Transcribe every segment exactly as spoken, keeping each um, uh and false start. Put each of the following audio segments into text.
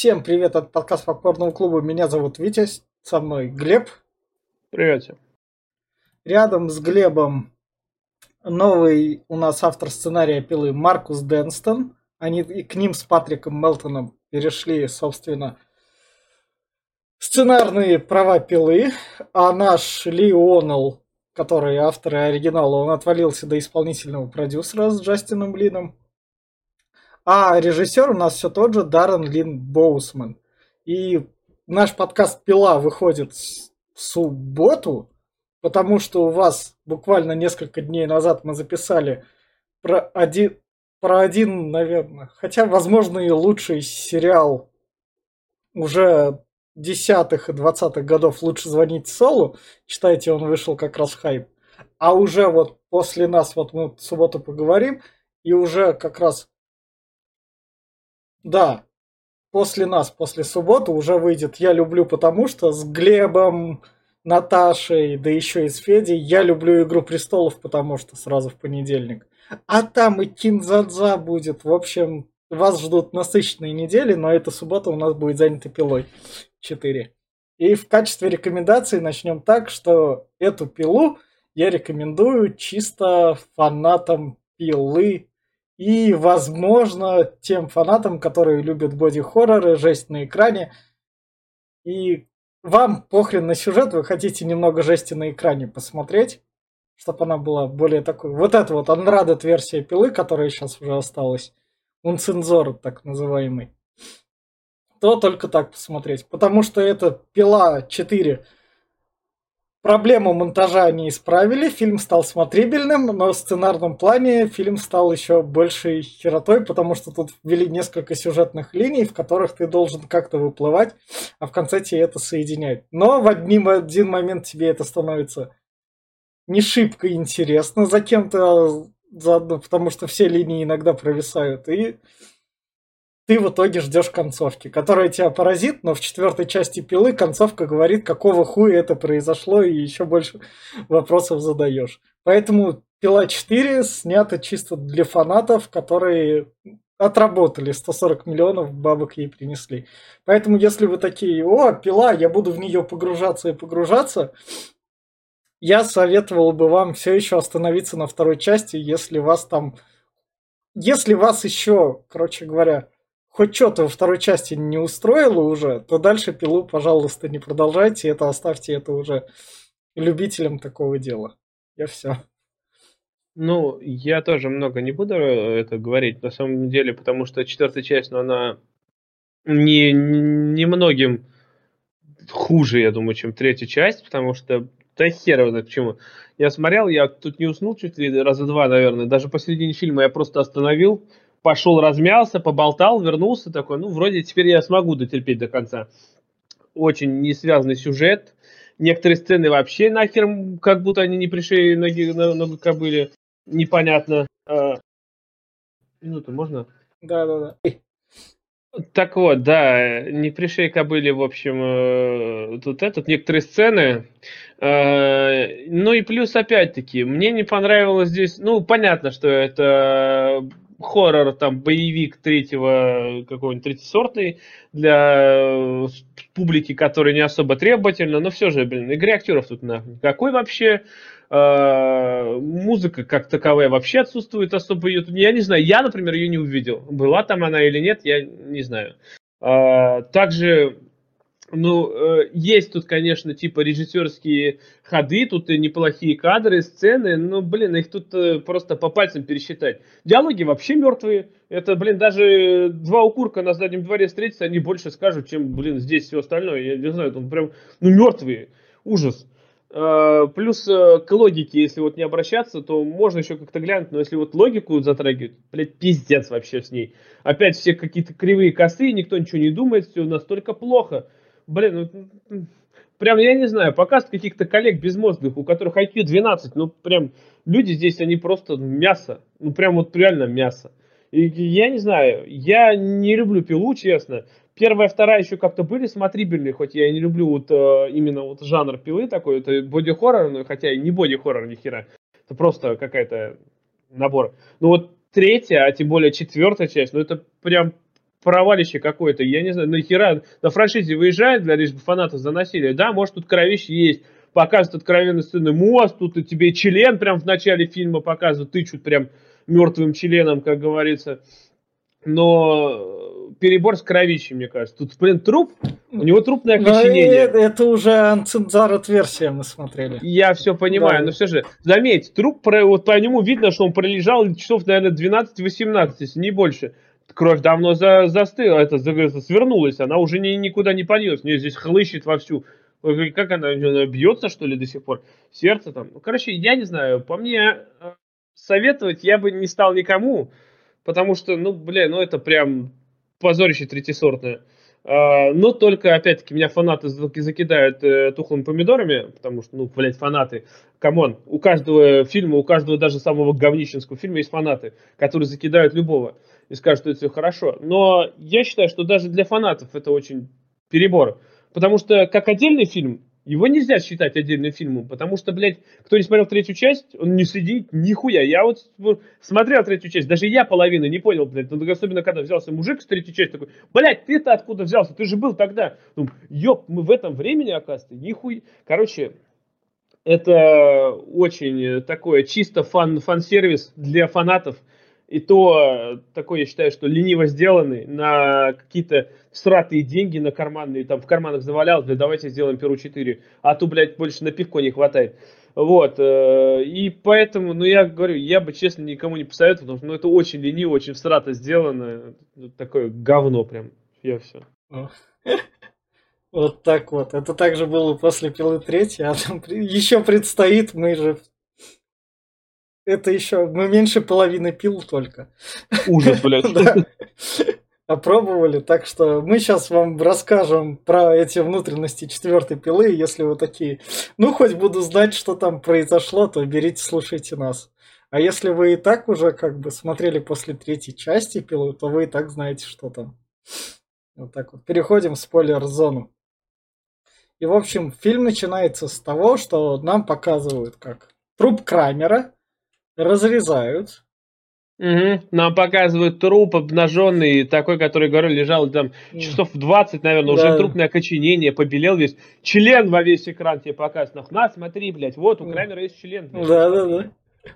Всем привет от подкаста Попкорного клуба. Меня зовут Витя, со мной Глеб. Привет. Рядом с Глебом новый у нас автор сценария «Пилы» Маркус Денстон. Они и к ним с Патриком Мелтоном перешли, собственно, сценарные права «Пилы», а наш Ли Уоннелл, который автор и оригинала, он отвалился до исполнительного продюсера с Джастином Лином. А режиссер у нас все тот же Даррен Лин Боусман. И наш подкаст «Пила» выходит в субботу, потому что у вас буквально несколько дней назад мы записали про один, про один, наверное, хотя, возможно, и лучший сериал уже десятых и двадцатых годов «Лучше звонить Солу». Читайте, он вышел как раз в хайп. А уже вот после нас, вот мы в субботу поговорим, и уже как раз... Да, после нас, после субботы уже выйдет «Я люблю, потому что» с Глебом, Наташей, да еще и с Федей. «Я люблю Игру престолов, потому что» сразу в понедельник. А там и Кинзадза будет. В общем, вас ждут насыщенные недели, но эта суббота у нас будет занята «Пилой четыре». И в качестве рекомендации начнем так, что эту «Пилу» я рекомендую чисто фанатам «Пилы». И, возможно, тем фанатам, которые любят боди-хорроры, жесть на экране. И вам похрен на сюжет, вы хотите немного жести на экране посмотреть, чтобы она была более такой... Вот это вот Unrated версия «Пилы», которая сейчас уже осталась, Uncensored так называемый, то только так посмотреть. Потому что это «Пила четыре». Проблему монтажа они исправили, фильм стал смотрибельным, но в сценарном плане фильм стал еще большей херотой, потому что тут ввели несколько сюжетных линий, в которых ты должен как-то выплывать, а в конце тебе это соединяет. Но в один, один момент тебе это становится не шибко интересно за кем-то заодно, потому что все линии иногда провисают, и ты в итоге ждешь концовки, которая тебя поразит, но в четвертой части «Пилы» концовка говорит, какого хуя это произошло, и еще больше вопросов задаешь. Поэтому «Пила четыре» снята чисто для фанатов, которые отработали сто сорок миллионов бабок ей принесли. Поэтому если вы такие: «О, «Пила», я буду в нее погружаться и погружаться», я советовал бы вам все еще остановиться на второй части, если вас там... Если вас еще, короче говоря, хоть что-то во второй части не устроило уже, то дальше «Пилу», пожалуйста, не продолжайте. Это оставьте это уже любителям такого дела. Я все. Ну, я тоже много не буду это говорить, на самом деле, потому что четвертая часть, ну, она не, не многим хуже, я думаю, чем третья часть, потому что да хер его знает почему. Я смотрел, я тут не уснул чуть ли раза два, наверное, даже посередине фильма я просто остановил, пошел, размялся, поболтал, вернулся такой, ну, вроде теперь я смогу дотерпеть до конца. Очень несвязанный сюжет. Некоторые сцены вообще нахер, как будто они не пришли ноги на ногу кобыле. Непонятно. А, минуту, можно? Да-да-да. Так вот, да, не пришей кобыле, в общем, э, тут этот, некоторые сцены. Э, ну и плюс, опять-таки, мне не понравилось здесь, ну, понятно, что это хоррор, там, боевик третьего, какой-нибудь третьесортный для публики, которая не особо требовательна, но все же, блин, игры актеров тут нахуй. Какой вообще... Uh, музыка как таковая вообще отсутствует особо ее. Я не знаю, я, например, ее не увидел. Была там она или нет, я не знаю. Uh, также, ну, uh, есть тут, конечно, типа режиссерские ходы, тут и неплохие кадры, сцены, но, блин, их тут uh, просто по пальцам пересчитать. Диалоги вообще мертвые. Это, блин, даже два укурка на заднем дворе встретятся, они больше скажут, чем, блин, здесь все остальное. Я не знаю, там прям, ну, мертвые. Ужас. Плюс к логике, если вот не обращаться, то можно еще как-то глянуть, но если вот логику затрагивать, блядь, пиздец вообще с ней. Опять все какие-то кривые косы, никто ничего не думает, все настолько плохо. Блин, ну, прям, я не знаю, показ каких-то коллег безмозглых, у которых ай кью двенадцать, ну, прям, люди здесь, они просто мясо, ну, прям вот реально мясо. И я не знаю, я не люблю «Пилу», честно. Первая, вторая еще как-то были смотрибельные, хоть я и не люблю вот э, именно вот жанр «Пилы» такой, это боди-хоррор, ну, хотя и не боди-хоррор ни хера, это просто какая-то набор. Ну вот третья, а тем более четвертая часть, ну это прям провалище какое-то. Я не знаю, нахера на франшизе выезжает, для лишь бы фанатов заносили. Да, может, тут кровище есть. Показывают откровенные сцены мост, тут и тебе член прям в начале фильма показывают, тычут прям мертвым членом, как говорится. Но перебор с кровищей, мне кажется. Тут, блин, труп, у него трупное окоченение. Но это уже Uncensored версия мы смотрели. Я все понимаю, да. Но все же, заметь, труп, вот по нему видно, что он пролежал часов, наверное, двенадцать-восемнадцать, если не больше. Кровь давно за, застыла, это, это свернулась, она уже ни, никуда не польется. Мне здесь хлыщет вовсю. Как она, она бьется, что ли, до сих пор? Сердце там. Ну, короче, я не знаю, по мне советовать я бы не стал никому, потому что, ну, бля, ну это прям позорище третьесортное. А, но только, опять-таки, меня фанаты закидают э, тухлыми помидорами, потому что, ну, блядь, фанаты. Камон, у каждого фильма, у каждого даже самого говнищенского фильма есть фанаты, которые закидают любого и скажут, что это все хорошо. Но я считаю, что даже для фанатов это очень перебор. Потому что, как отдельный фильм, его нельзя считать отдельным фильмом, потому что, блядь, кто не смотрел третью часть, он не следит нихуя. Я вот смотрел третью часть, даже я половину не понял, блядь, ну, особенно когда взялся мужик с третьей части, такой, блядь, ты-то откуда взялся, ты же был тогда. Ну, ёп, мы в этом времени, оказывается, нихуя. Короче, это очень такое чисто фан, фан-сервис для фанатов. И то такой, я считаю, что лениво сделанный на какие-то сратые деньги, на карманные, там в карманах завалялось, да давайте сделаем Перу четыре, а то, блядь, больше на пивко не хватает. Вот, и поэтому, ну, я говорю, я бы, честно, никому не посоветовал, потому что, ну, это очень лениво, очень всрато сделано, такое говно прям, я все. Вот так вот. Это также было после Пилы третьей, а там еще предстоит, мы же... Это еще... Мы меньше половины пил только. Ужас, блядь. Опробовали, так что мы сейчас вам расскажем про эти внутренности четвертой пилы, если вы такие, ну, хоть буду знать, что там произошло, то берите, слушайте нас. А если вы и так уже как бы смотрели после третьей части пилы, то вы и так знаете, что там. Вот так вот. Переходим в спойлер-зону. И, в общем, фильм начинается с того, что нам показывают, как труп Крамера разрезают. Угу. Нам показывают труп обнаженный, такой, который, говорю, лежал там часов двадцать, наверное, да. Уже трупное окоченение, побелел весь. Член во весь экран тебе показывает. На, смотри, блядь, вот у Крамера есть член. Блядь, да, да, да.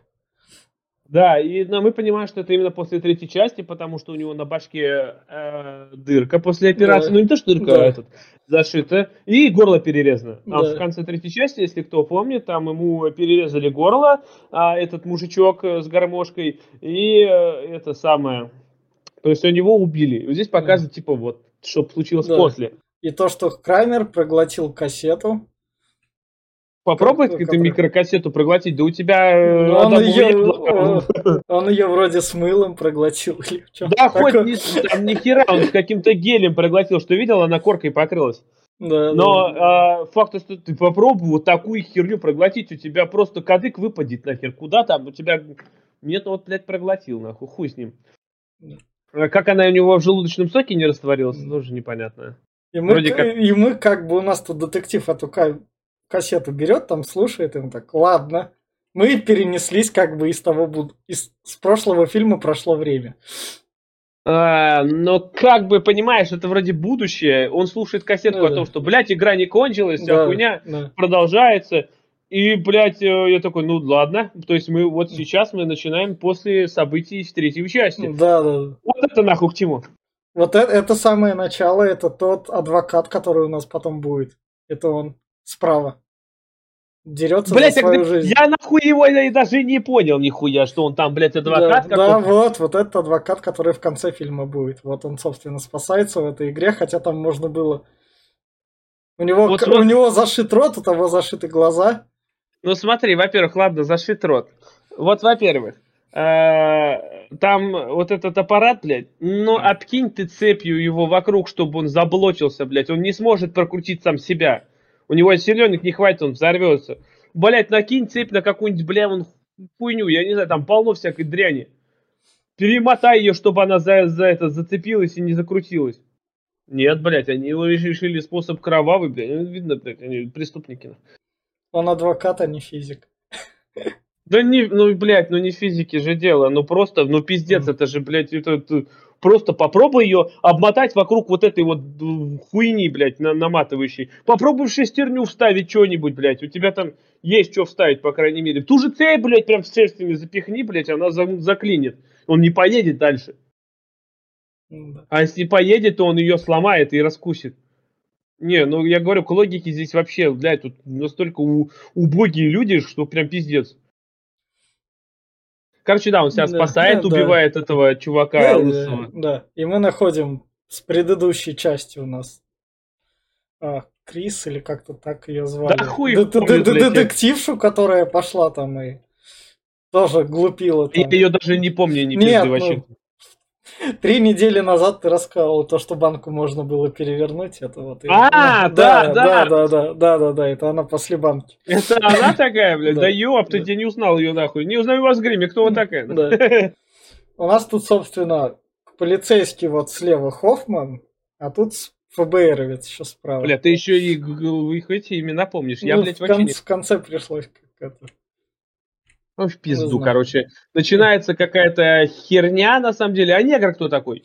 Да, и но мы понимаем, что это именно после третьей части, потому что у него на башке э, дырка после операции. Да. Ну, не то, что дырка, да. а этот, зашита. И горло перерезано. А да. в конце третьей части, если кто помнит, там ему перерезали горло, а этот мужичок с гармошкой, и э, это самое... То есть, у него убили. И здесь показывают, да. типа, вот, что случилось да. после. И то, что Крамер проглотил кассету. Попробуй как, ты микрокассету проглотить, да у тебя... Он ее, он, он ее вроде с мылом проглотил. Да, хоть ни, там ни хера, он с каким-то гелем проглотил, что видел, она коркой покрылась. Да, Но да. А, факт, что ты попробуй вот такую херню проглотить, у тебя просто кадык выпадет нахер. Куда там? У тебя... Нет, вот, блядь, проглотил, нахуй, хуй с ним. Да. Как она у него в желудочном соке не растворилась, да. тоже непонятно. И мы, как... и мы как бы, у нас тут детектив эту кассету берет, там слушает, и он так, ладно. Мы перенеслись как бы из того, из с прошлого фильма прошло время. А, но как бы, понимаешь, это вроде будущее. Он слушает кассетку да, о том, что, блядь, игра не кончилась, вся да, хуйня да. продолжается. И, блядь, я такой, ну ладно. То есть мы вот сейчас мы начинаем после событий третьей части. Да, да. Вот это нахуй к чему. Вот это, это самое начало, это тот адвокат, который у нас потом будет. Это он. Справа. Дерется блядь, за свою жизнь. Я нахуй его и даже не понял нихуя, что он там, блядь, адвокат да, да, вот, вот этот адвокат, который в конце фильма будет. Вот он, собственно, спасается в этой игре, хотя там можно было... У него, вот, у него зашит рот, у того зашиты глаза. Ну смотри, во-первых, ладно, зашит рот. Вот, во-первых, там вот этот аппарат, блядь, ну обкинь ты цепью его вокруг, чтобы он заблочился, блядь, он не сможет прокрутить сам себя. У него силенок не хватит, он взорвется. Блять, накинь цепь на какую-нибудь, бля, вон хуйню, я не знаю, там полно всякой дряни. Перемотай ее, чтобы она за, за это зацепилась и не закрутилась. Нет, блядь, они решили способ кровавый, блядь. Видно, блядь, они преступники. Он адвокат, а не физик. Да не, ну, блядь, ну не физики же дело, ну просто, ну пиздец, mm. это же, блядь, это, это Просто попробуй ее обмотать вокруг вот этой вот д- хуйни, блядь, на- наматывающей. Попробуй в шестерню вставить что-нибудь, блядь. У тебя там есть что вставить, по крайней мере. В ту же цепь, блядь, прям в шерстями запихни, блядь, она за- заклинит. Он не поедет дальше. М, да. А если поедет, то он ее сломает и раскусит. Не, ну я говорю, к логике здесь вообще, блядь, тут настолько у- убогие люди, что прям пиздец. Короче, да, он себя Да, спасает, э, да. убивает этого чувака Э, да, лысого. да. И мы находим с предыдущей части у нас а, Крис, или как-то так ее Да звали. хуй Д- их д- д- помнит, д- блядь. Я, Детектившу, которая пошла там и тоже глупила я там. ее даже не помню, ни пизды Нет, вообще. ну, три недели назад ты рассказывал то, что банку можно было перевернуть. Это вот и- А, да, Да, да, да. да, да, да, да, да, это она после банки. Это она такая, блядь? Да Да, ёб, ты да, я не узнал ее нахуй. Не узнаю вас в гриме, кто вы такая? да. У нас тут, собственно, полицейский вот слева Хоффман, а тут ФБРовец еще справа. Бля, ты еще и г- г- их эти имена помнишь. Я, Ну, блядь, в, вообще кон- не... в конце пришлось как это. Ну, в Не пизду, знаю. короче. Начинается какая-то херня, на самом деле. А негр кто такой?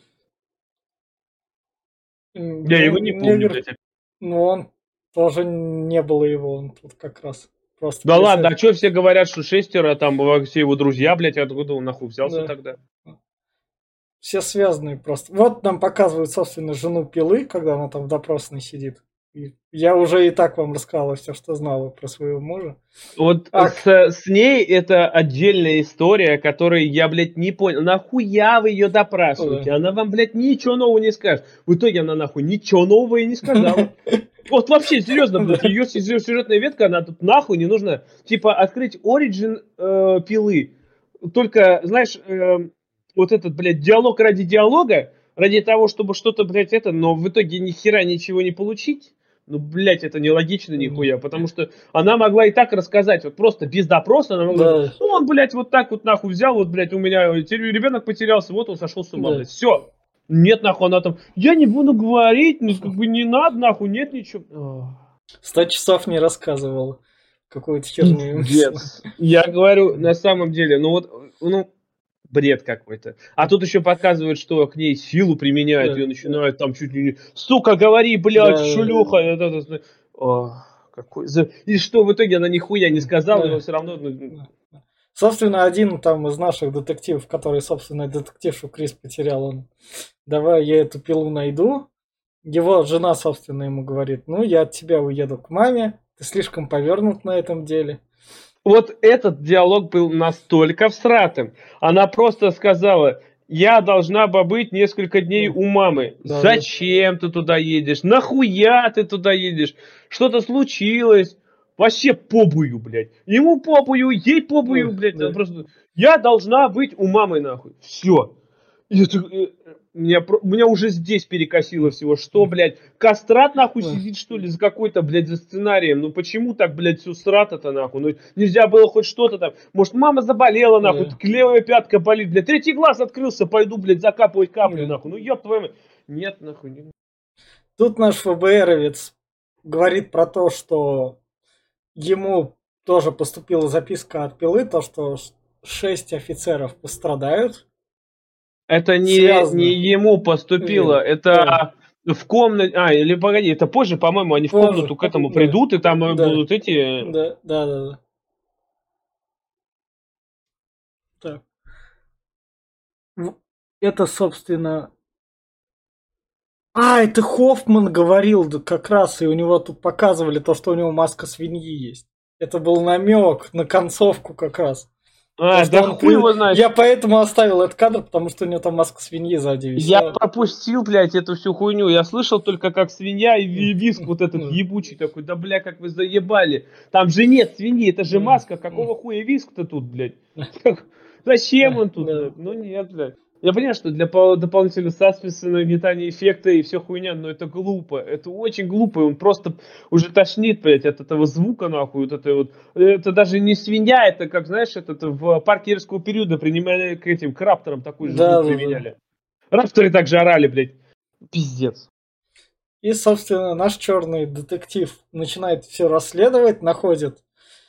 М, Я Не, его не помню, негр, блядь. ну он тоже не было его, он тут как раз просто Да ладно, а полицейский. что все говорят, что шестеро, там э, все его друзья, блядь, откуда он нахуй взялся Да. тогда? Все связанные просто. Вот нам показывают, собственно, жену Пилы, когда она там в допросной сидит. И я уже и так вам рассказала все, что знала про своего мужа. Вот А, с, с ней это отдельная история, которой я, блядь, не понял. Нахуя вы ее допрашиваете? да. Она вам, блядь, ничего нового не скажет. В итоге она, нахуй, ничего нового и не сказала. Вот вообще, серьезно, блядь, ее сюжетная ветка, она тут нахуй не нужна. Типа, открыть оригин э, Пилы. Только, знаешь, э, вот этот, блядь, диалог ради диалога, ради того, чтобы что-то, блядь, это, но в итоге ни хера ничего не получить. Ну, блядь, это нелогично нихуя, потому что она могла и так рассказать, вот просто без допроса она могла сказать, Да, ну, он, блядь, вот так вот нахуй взял, вот, блядь, у меня ребенок потерялся, вот он сошел с ума, да. блядь, все. Нет, нахуй, она там, я не буду говорить, ну, как бы не надо, нахуй, нет ничего. Ах, Сто часов не рассказывала. Какую-то херню им несла. пиздец. Я говорю, на самом деле, ну вот, ну, бред какой-то. А тут еще показывают, что к ней силу применяют, Да, ее начинают там чуть ли не, сука, говори, блядь, да, шлюха. Вот это, о, какой... за- И что в итоге она нихуя не сказала, но да, все равно... ну, да. Собственно, один там из наших детективов, который, собственно, детектившу Крис потерял, он, давай я эту пилу найду. Его жена, собственно, ему говорит, ну, я от тебя уеду к маме, ты слишком повернут на этом деле. Вот этот диалог был настолько всратым. Она просто сказала, я должна побыть несколько дней Ну, у мамы. да, да, Зачем ты туда едешь? Нахуя ты туда едешь? Что-то случилось? Вообще побую, блядь. Ему побую, ей побую, ну, блядь. Она да, просто, я должна быть у мамы, нахуй. Все. Я так, э, э, Меня, про- меня уже здесь перекосило всего. Что, блядь, кастрат нахуй ну, сидит, что ли, за какой-то, блядь, за сценарием? Ну почему так, блядь, все срато-то, нахуй? Ну нельзя было хоть что-то там. Может, мама заболела, нахуй, да, так левая пятка болит, блядь. Третий глаз открылся, пойду, блядь, закапывать капли, да. нахуй. Ну ёб твою мать. Нет, нахуй. Не... Тут наш ФБРовец говорит про то, что ему тоже поступила записка от пилы, то, что шесть офицеров пострадают. Это не, не Связано. ему поступило, Э, э, это в комнате... А, или погоди, это позже, по-моему, они в Позже. комнату к этому Да, придут, и там э, да, будут эти... да, да, да, да. Так. В- Это, собственно... А, это Хоффман говорил да, как раз, и у него тут показывали то, что у него маска свиньи есть. Это был намек на концовку как раз. А, То, что да он хуй при- его знает. Я поэтому оставил этот кадр, потому что у него там маска свиньи сзади Я висела. пропустил, блядь, эту всю хуйню. Я слышал только как свинья и ви- виск М, вот этот м, ебучий такой. Да, бля, как вы заебали. Там же нет свиньи, это же м, маска. м, Какого хуя виск-то тут, блядь? м. Зачем Да, он тут, да. блядь? Ну нет, блядь. Я понимаю, что для пол- дополнительного саспенса, нагнетания эффекта и все хуйня, но это глупо. Это очень глупо. И он просто уже тошнит, блядь, от этого звука, нахуй. Вот это вот. Это даже не свинья, это как, знаешь, это в парке юрского периода принимали к этим к рапторам такой же Да, звук да, да. применяли. Рапторы также орали, блядь. Пиздец. И, собственно, наш черный детектив начинает все расследовать, находит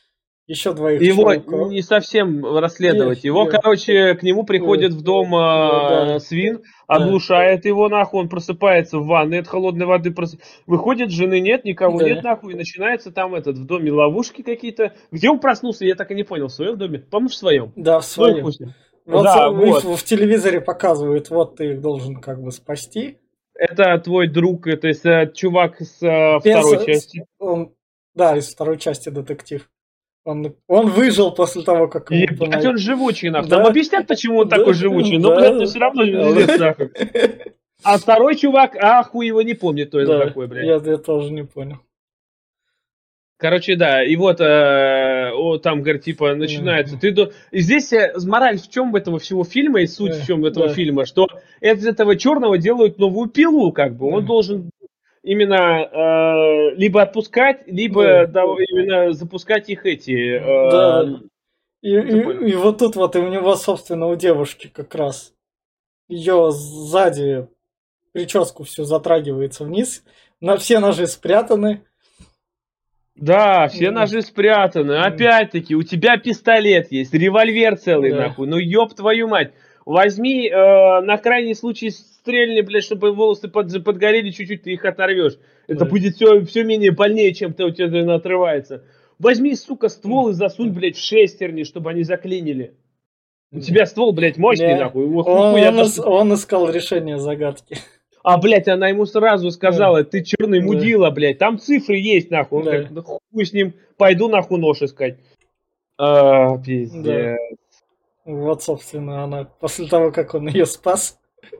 Еще двоих Его чуваков. не совсем расследовать. Не, Его, не, короче, к нему приходит в дом да, э, да, свин, да, оглушает его нахуй, он просыпается в ванной от холодной воды, прос... выходит, жены нет, никого нет да, нахуй, и начинается там этот в доме ловушки какие-то. Где он проснулся, я так и не понял, в своем доме? По-моему, в своем. да, в Ну и своем. хуй с ним. Вот Да, в, вот. в телевизоре показывают, вот ты их должен как бы спасти. Это твой друг, то есть э, чувак с э, Перс, второй части. он, да, из второй части детектив. Он, он выжил после того, как ему Ебать, понад... он живучий, нахуй. Нам Да, объяснят, почему он да, такой живучий, но, блядь, ну да. все равно пиздец, нахуй. А второй чувак, а хуй его не помнит, кто это Да, такой, блядь. я, я тоже не понял. Короче, да, и вот э, о, там, говорит, типа, начинается. Ты до... И здесь э, мораль в чем этого всего фильма и суть в чем этого Да, фильма, что из этого черного делают новую пилу, как бы. Он да, должен именно э, либо отпускать, либо да, да, именно запускать их эти. да, Э, да. И, ну, ты понял. и, и вот тут вот и у него, собственно, у девушки как раз ее сзади прическу всю затрагивается вниз, на все ножи спрятаны. Да, все М, ножи спрятаны. м, Опять-таки, у тебя пистолет есть, револьвер целый, Да, нахуй. Ну ёб твою мать. Возьми, э, на крайний случай стрельни, блядь, чтобы волосы под, подгорели чуть-чуть, ты их оторвешь. Это да. будет все, все менее больнее, чем ты, у тебя наверное, отрывается. Возьми, сука, ствол и засунь, М, блядь, в шестерни, чтобы они заклинили. У да. тебя ствол, блядь, мощный, Не, нахуй. Его ху- он, хуя он, то, ис- что... он искал решение загадки. А, блядь, она ему сразу Да, сказала, ты черный да, мудила, блядь, там цифры есть, нахуй. Он говорит, да, да хуй с ним, пойду нахуй нож искать. А, да. пиздец. Вот, собственно, она после того, как он ее спас.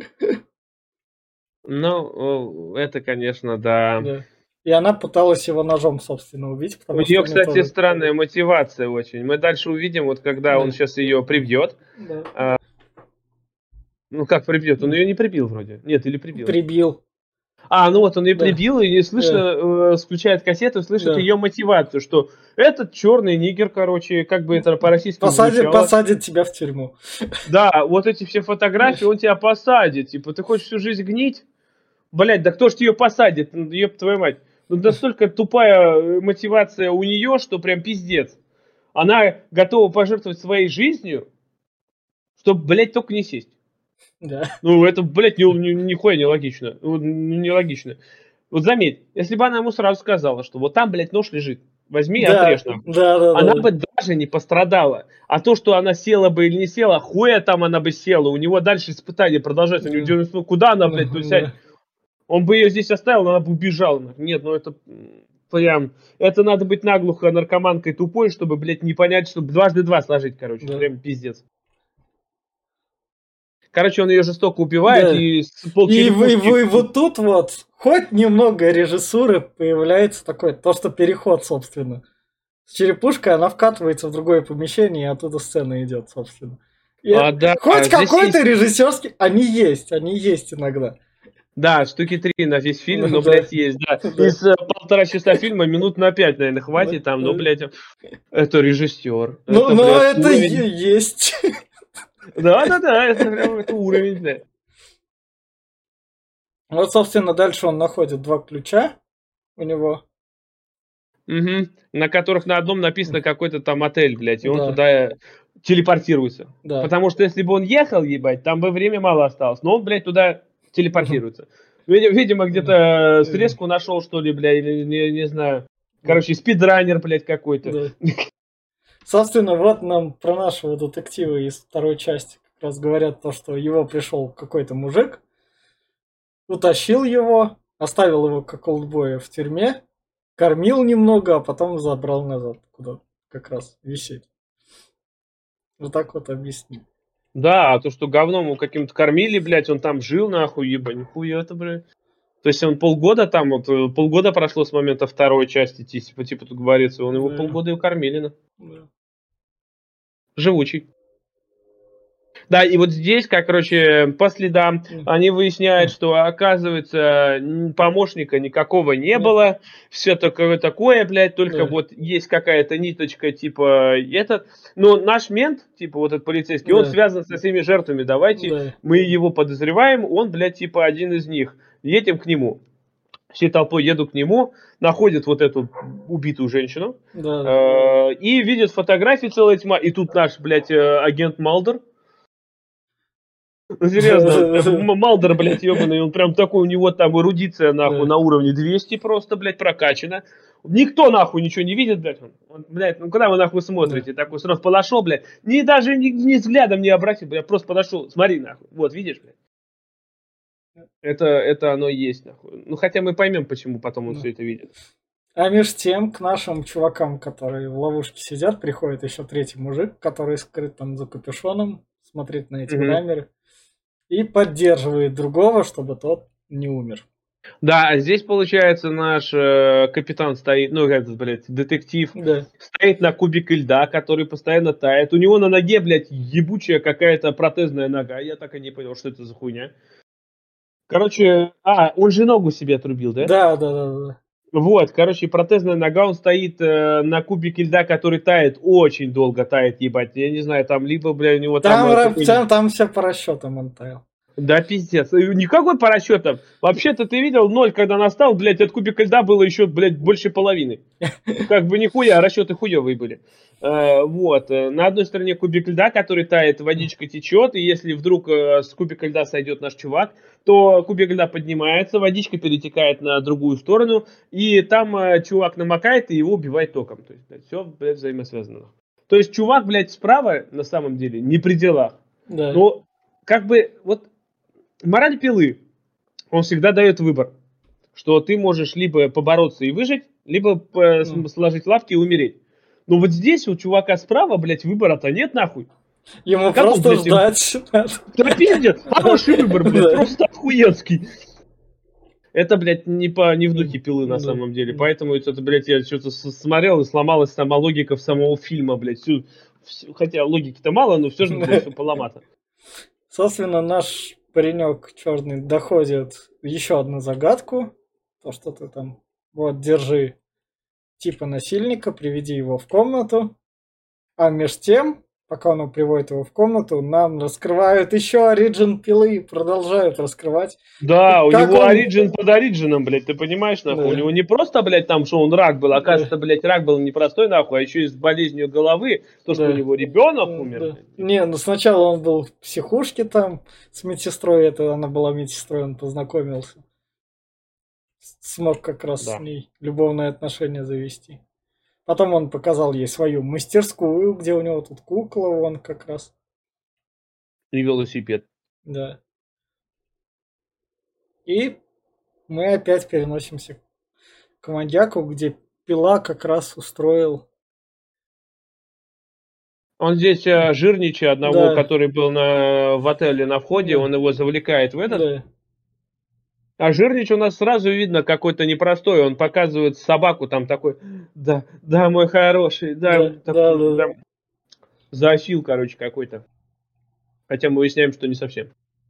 Ну, это, конечно, да. Да. И она пыталась его ножом, собственно, убить, У потому что нее, у нее кстати, тоже... странная мотивация очень. Мы дальше увидим, вот когда он Да, сейчас ее прибьет. да, Ну, как прибьет? Он да. ее не прибил вроде. Нет, или прибил. Прибил. А, ну вот он ее Да, прибил, и не слышно, да, э, включает кассету, слышит да. ее мотивацию, что этот черный нигер, короче, как бы это по-российски Посадит, звучало. посадит тебя в тюрьму. Да, вот эти все Да, фотографии, он тебя посадит. Типа, ты хочешь всю жизнь гнить? Блять, да кто ж ее посадит? Ну, ёб твою мать. Ну, настолько тупая э, мотивация у нее, что прям пиздец. Она готова пожертвовать своей жизнью, чтобы, блядь, только не сесть. да, Ну, это, блядь, ни, ни, нихуя нелогично. Ну, нелогично. Вот заметь, если бы она ему сразу сказала, что вот там, блядь, нож лежит, возьми и да, отрежь нахуй. да, да, Она да. бы даже не пострадала. А то, что она села бы или не села, хуя там она бы села. У него дальше испытания продолжаются. У него Да, девяносто, куда она, блядь, да, тут сядет? да, Он бы ее здесь оставил, она бы убежала. Нет, ну это м, прям... Это надо быть наглухо наркоманкой тупой, чтобы, блядь, не понять, чтобы дважды два сложить, короче. да. Прям пиздец. Короче, он ее жестоко убивает Да. и с И вы, полчерепушки... вы вот тут вот хоть немного режиссуры появляется такой, то что переход, собственно. С черепушкой она вкатывается в другое помещение, и оттуда сцена идет, собственно. И А, да, хоть здесь какой-то есть... режиссерский, они есть, они есть иногда. Да, штуки три на весь фильм, но, Да, блядь, есть, да. да, Из э, полтора часа фильма минут на пять, наверное, да, хватит там, но, да. блядь, это режиссер. Ну, Это, но блядь, это уровень. е- есть. Да-да-да, это прям это уровень, блядь. Вот, собственно, дальше он находит два ключа у него. Мгм. На которых на одном написано какой-то там отель, блядь, и он Да, туда э, телепортируется. да. Потому что если бы он ехал, ебать, там бы время мало осталось. Но он, блядь, туда Мгм. телепортируется. Видимо, видимо, Да, где-то э, да, срезку нашел, что ли, блядь, или не, не знаю. да, Короче, спидранер, блядь, какой-то. да. Собственно, вот нам про нашего детектива из второй части как раз говорят то, что его пришел какой-то мужик, утащил его, оставил его как олдбоя в тюрьме, кормил немного, а потом забрал назад, куда как раз висеть. Вот так вот объяснил. Да, а то, что говном его каким-то кормили, блядь, он там жил, нахуй, ебать, нихуя это, блядь. То есть он полгода там, вот э, полгода прошло с момента второй части, типа, типа тут говорится, он его Да, полгода и кормили, на. да. Живучий. Да, и вот здесь, как, короче, по следам, М, они выясняют, м, что, оказывается, н- помощника никакого не м, было, все такое такое, блядь, только Да, вот есть какая-то ниточка, типа, этот, но наш мент, типа, вот этот полицейский, он да, связан со всеми жертвами, давайте да, мы его подозреваем, он, блядь, типа, один из них, едем к нему. Всей толпой едут к нему, находят вот эту убитую женщину, Да. э, и видят фотографии целая тьма. И тут наш, блядь, э, агент Малдер. Ну, серьезно, М- Малдер, блядь, ебаный, он прям такой, у него там эрудиция, нахуй, Да. на уровне двести просто, блядь, прокачана. Никто, нахуй, ничего не видит, блядь. Он, он, блядь, ну куда вы, нахуй, смотрите? Такой сразу подошел, блядь, ни даже ни, ни взглядом не обратил, блядь, просто подошел, смотри, нахуй, вот, видишь, блядь. Это, это оно и есть, нахуй. Ну, хотя мы поймем, почему потом он Да. все это видит. А меж тем, к нашим чувакам, которые в ловушке сидят, приходит еще третий мужик, который скрыт там за капюшоном, смотрит на эти Мгм. камеры и поддерживает другого, чтобы тот не умер. Да, а здесь, получается, наш э, капитан стоит, ну, этот, блядь, детектив, Да. стоит на кубике льда, который постоянно тает. У него на ноге, блядь, ебучая какая-то протезная нога. Я так и не понял, что это за хуйня. Короче, а, он же ногу себе отрубил, да? Да, да, да, да. Вот, короче, протезная нога, он стоит э, на кубике льда, который тает, очень долго тает, ебать. Я не знаю, там либо, бля, у него там... Там, э, ра- какой-нибудь- там, там все по расчетам он таял. Да, пиздец. И никакой по расчетам. Вообще-то ты видел, ноль, когда настал, блядь, от кубика льда было еще, блядь, больше половины. Как бы нихуя, расчеты хуевые были. Э, вот. э, На одной стороне кубик льда, который тает, водичка течет, и если вдруг э, с кубика льда сойдет наш чувак, то кубик льда поднимается, водичка перетекает на другую сторону, и там э, чувак намокает, и его убивает током. То есть, блядь, все, блядь, взаимосвязано. То есть чувак, блядь, справа, на самом деле, не при делах. Да. Но, как бы, вот, мораль пилы, он всегда дает выбор, что ты можешь либо побороться и выжить, либо э, с- Ну. сложить лапки и умереть. Но вот здесь у чувака справа, блядь, выбора-то нет, нахуй. Ему Как он, просто блядь, им- ждать надо. Да пиздец, хороший выбор, блядь, Да. просто охуенский. Это, блядь, не, по, не в духе пилы на Да. самом деле. Да. Поэтому это, блядь, я что-то с- смотрел и сломалась сама логика самого фильма, блядь. Всю, всю- хотя логики-то мало, но все же, блядь, все поломато. Собственно, наш паренек черный доходит еще одну загадку. То, что ты там, вот, держи типа насильника, приведи его в комнату. А меж тем, пока он приводит его в комнату, нам раскрывают еще оригин пилы и продолжают раскрывать. Да, у Как него он- оригин под ориджином, блядь, ты понимаешь, нахуй? Да. У него не просто, блядь, там, что он рак был, оказывается, блядь, рак был не простой, нахуй, а еще и с болезнью головы, то, что Да. у него ребенок Да. умер. блядь. Не, ну сначала он был в психушке там с медсестрой, это она была медсестрой, он познакомился. С- Смог как раз Да. с ней любовные отношения завести. Потом он показал ей свою мастерскую, где у него тут кукла, вон как раз. И велосипед. Да. И мы опять переносимся к маньяку, где пила как раз устроил. Он здесь э, жирничая одного, Да. который был на, в отеле на входе, Да. он его завлекает в этот. Да. А жирнич у нас сразу видно какой-то непростой, он показывает собаку там такой, да, да, мой хороший, да, Да, такой, да, да, прям заосил, короче, какой-то. Хотя мы выясняем, что не совсем.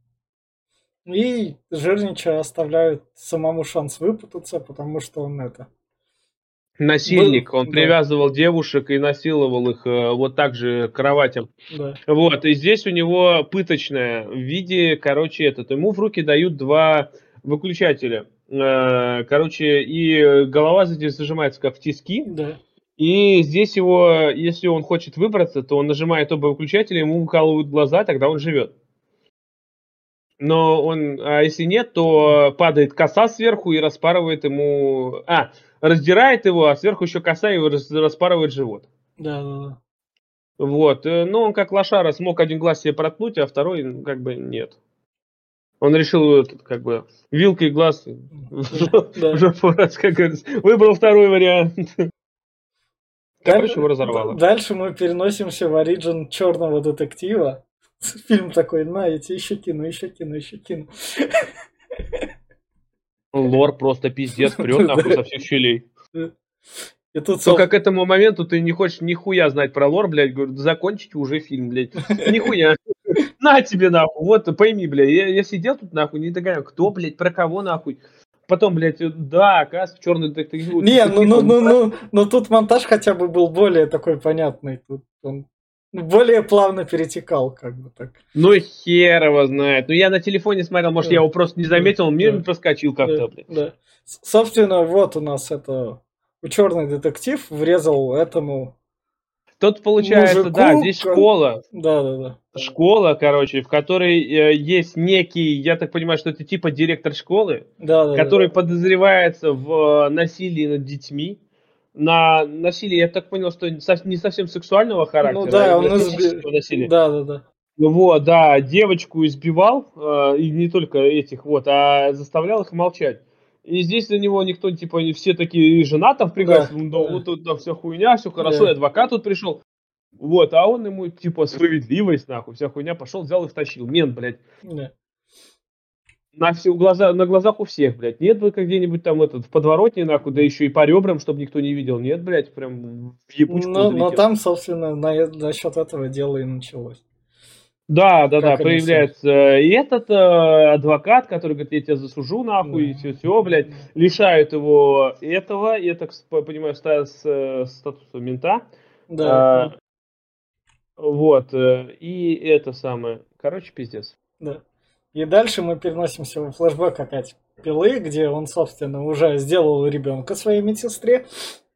И Жирнича оставляют самому шанс выпутаться, потому что он это. Насильник, Был- он да. привязывал девушек и насиловал их э, вот так же к кроватям. Да. Вот, и здесь у него пыточная в виде, короче, этот, ему в руки дают два выключателя. Э, Короче, и голова здесь зажимается как в тиски. Да. И здесь его, если он хочет выбраться, то он нажимает оба выключателя, ему укалывают глаза, тогда он живет. Но он, а если нет, то падает коса сверху и распарывает ему... А, раздирает его, а сверху еще коса и рас- распарывает живот. Да, да, да. Вот. э, Ну, он как лошара смог один глаз себе проткнуть, а второй ну, как бы нет. Он решил этот, как бы вилкой глаз Да. в жопу раз, как говорится. Выбрал второй вариант. Короче, его Даль- разорвало. Дальше мы переносимся в оригин черного детектива. Фильм такой, на, я тебе еще кину, еще кину, еще кину. Лор просто пиздец прет нахуй со всех щелей. И тут Только к этому моменту ты не хочешь нихуя знать про лор, блядь, говорю, закончите уже фильм, блядь. Нихуя. На тебе нахуй, вот пойми, блядь, я, я сидел тут нахуй, не догоняю, кто, блядь, про кого нахуй. Потом, блядь, да, оказывается, черный детектив. Не, ну, ну, ну, ну, ну тут монтаж хотя бы был более такой понятный. Тут он более плавно перетекал, как бы так. Ну и хер его знает. Ну я на телефоне смотрел, может я Да, его просто не да, заметил, он мне да, проскочил да, как-то, блядь. да. С- Собственно, вот у нас это черный детектив врезал этому Тут получается, да, мужику. здесь ко- школа. Да, да, да. Школа, короче, в которой э, есть некий, я так понимаю, что это типа директор школы, Да, да, да. который подозревается в э, насилии над детьми. На насилие, я так понял, что не сов- не совсем сексуального Ну характера, а да, именно он изби... физического насилия. Да, да, да. Ну вот, да, девочку избивал, э, и не только этих вот, а заставлял их молчать. И здесь за него никто, типа, не все такие, и жена там впрягается, Да, ну да, да, вот тут да, вся хуйня, все хорошо, и да, адвокат тут пришел. Вот, а он ему, типа, справедливость, нахуй, вся хуйня, пошел, взял и втащил. Мент, блядь, да. на, все, глаза, на глазах у всех, блядь. Нет бы как где-нибудь там этот, в подворотне, нахуй, да еще и по ребрам, чтобы никто не видел. Нет, блядь, прям в ебучку Но, но залетел. там, собственно, на, за счет этого дело и началось. Да, да, да, Как они все. появляется и этот э, адвокат, который говорит, я тебя засужу, нахуй, и Да. все, все, блядь, лишают его этого, я так с- понимаю, ста- с, э, статуса мента. Да, А, вот, э, и это самое, короче, пиздец. да. И дальше мы переносимся во флешбэк опять Пилы, где он, собственно, уже сделал ребенка своей медсестре.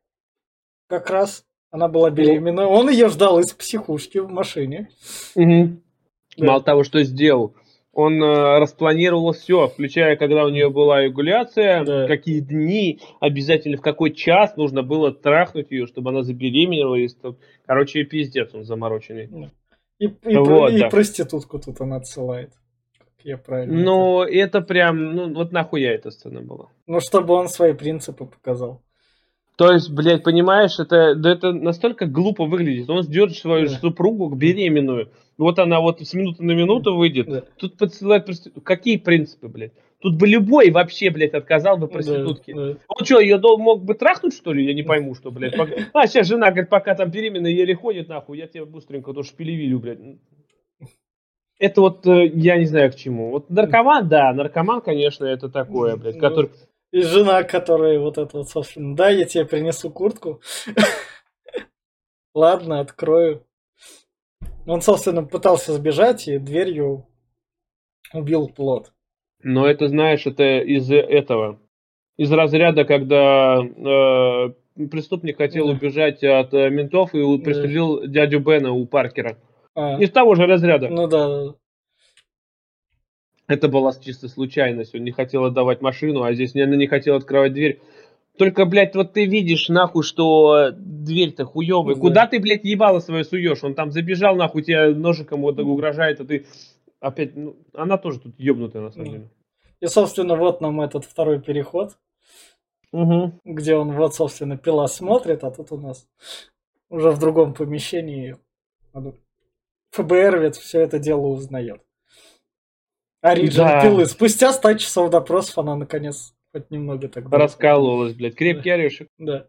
Как раз она была Ну, беременна. Он ее ждал из психушки в машине. мгм. Мало Да. того, что сделал, он э, распланировал все, включая, когда у нее была эякуляция, Да. какие дни, обязательно в какой час нужно было трахнуть ее, чтобы она забеременела. И ст- Короче, пиздец он замороченный. Да. И, и, про- Вот, и да. проститутку тут она отсылает. Как я правильно это. Но это прям, ну, вот нахуя эта сцена была. Ну, чтобы он свои принципы показал. То есть, блядь, понимаешь, это, да это настолько глупо выглядит. Он ждет свою Да. супругу беременную. Вот она вот с минуты на минуту выйдет. Да. Тут подсылает проститутку. Какие принципы, блядь? Тут бы любой вообще, блядь, отказал бы Да. проститутке. Да. Он что, ее дол- мог бы трахнуть, что ли? Я не пойму, что, блядь. Пока- А, сейчас жена, говорит, пока там беременная, еле ходит, нахуй, я тебя быстренько тоже шпилевилю, блядь. Это вот, э, я не знаю к чему. Вот наркоман, да, наркоман, конечно, это такое, блядь, Ну, который... и жена, которая вот это вот, собственно, да, я тебе принесу куртку. Ладно, открою. Он, собственно, пытался сбежать и дверью убил плод. Но это, знаешь, это из этого. Из разряда, когда э, преступник хотел Да. убежать от э, ментов и у- Да. пристрелил дядю Бена у Паркера. А, Из того же разряда. ну да, да, Это была чисто случайность. Он не хотел отдавать машину, а здесь, наверное, не хотел открывать дверь. Только, блядь, вот ты видишь, нахуй, что дверь-то хуёвая. да. Куда ты, блядь, ебало свое суешь? Он там забежал, нахуй, тебе ножиком вот так угрожает, а ты опять... Ну, она тоже тут ёбнутая, на самом Да. деле. И, собственно, вот нам этот второй переход, Угу. где он вот, собственно, пила смотрит, а тут у нас уже в другом помещении ФБРовец все это дело узнает. Ориджин Да, пилы. Спустя сто часов допросов она наконец хоть немного тогда. раскалывалась, блядь. Крепкий орешек. Да.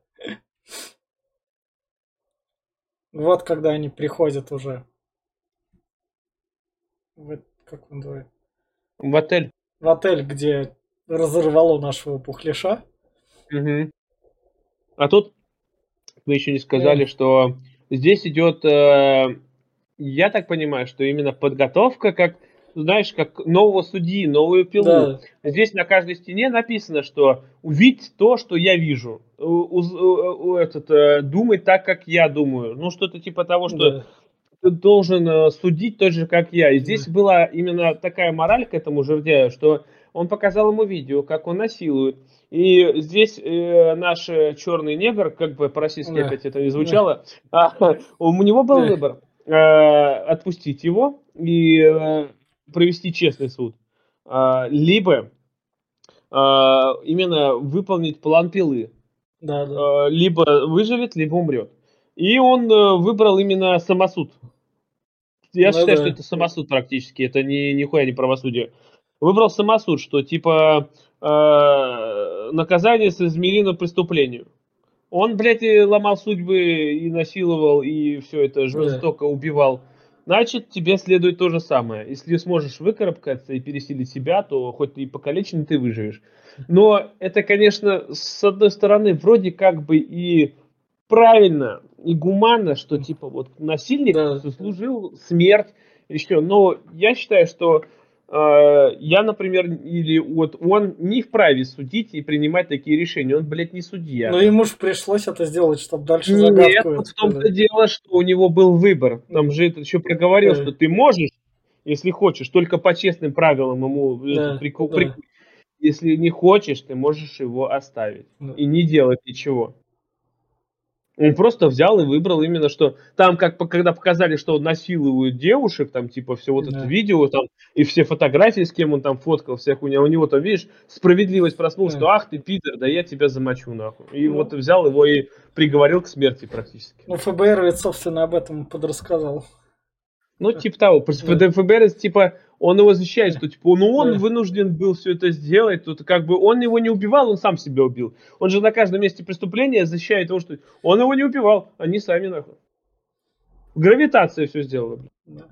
Вот когда они приходят уже в, э- как он говорит, В отель. в отель, где разорвало нашего пухляша. Мгм. А тут вы еще не Э, сказали, что здесь идет, э, я так понимаю, что именно подготовка, как, знаешь, как нового судьи, новую пилу. Да, Здесь на каждой стене написано, что увидь то, что я вижу. У- уз- у- у- этот, э, думай так, как я думаю. Ну, что-то типа того, что да, ты должен э, судить так же, как я. И да, здесь была именно такая мораль к этому жердяю, что он показал ему видео, как он насилует. И здесь э, наш э, черный негр, как бы по-российски да, опять это не да, звучало, а, у него был да, выбор э, отпустить его и э, провести честный суд, А, либо а, именно выполнить план пилы. да, да. А, либо выживет, либо умрет. И он э, выбрал именно самосуд. Я Ну считаю, что да. это самосуд практически, это ни, нихуя не правосудие. Выбрал самосуд, что типа э, наказание соизмеримо преступлению. Он, блядь, и ломал судьбы, и насиловал, и все это Да. жестоко убивал. Значит, тебе следует то же самое. Если сможешь выкарабкаться и пересилить себя, то хоть и покалеченный ты выживешь. Но это, конечно, с одной стороны, вроде как бы и правильно и гуманно, что типа вот насильник Да. заслужил смерть, еще. Но я считаю, что э, я, например, или вот он не вправе судить и принимать такие решения. Он, блядь, не судья. Но ему же пришлось это сделать, чтобы дальше Нет, загадку вот эту в том-то придать. дело, что у него был выбор. Там М. же этот еще проговорил, Да. что ты можешь, если хочешь, только по честным правилам ему этот Да, прикол, да, прикол. Если не хочешь, ты можешь его оставить да. и не делать ничего. Он просто взял и выбрал именно, что там, как по- когда показали, что он насилует девушек, там типа все вот это Да, видео там и все фотографии, с кем он там фоткал, вся хуйня, у него там, видишь, справедливость проснулась, да. что ах ты пидор, да я тебя замочу нахуй. И вот Ну, взял его и приговорил к смерти практически. ну, ФБР ведь, собственно, об этом подрассказал. Ну, типа того, просто Да, ФБР, типа, он его защищает, да, что, типа, ну, он да, вынужден был все это сделать, тут как бы он его не убивал, он сам себя убил. Он же на каждом месте преступления защищает того, что он его не убивал, они сами, нахуй. Гравитация все сделала. блин. да.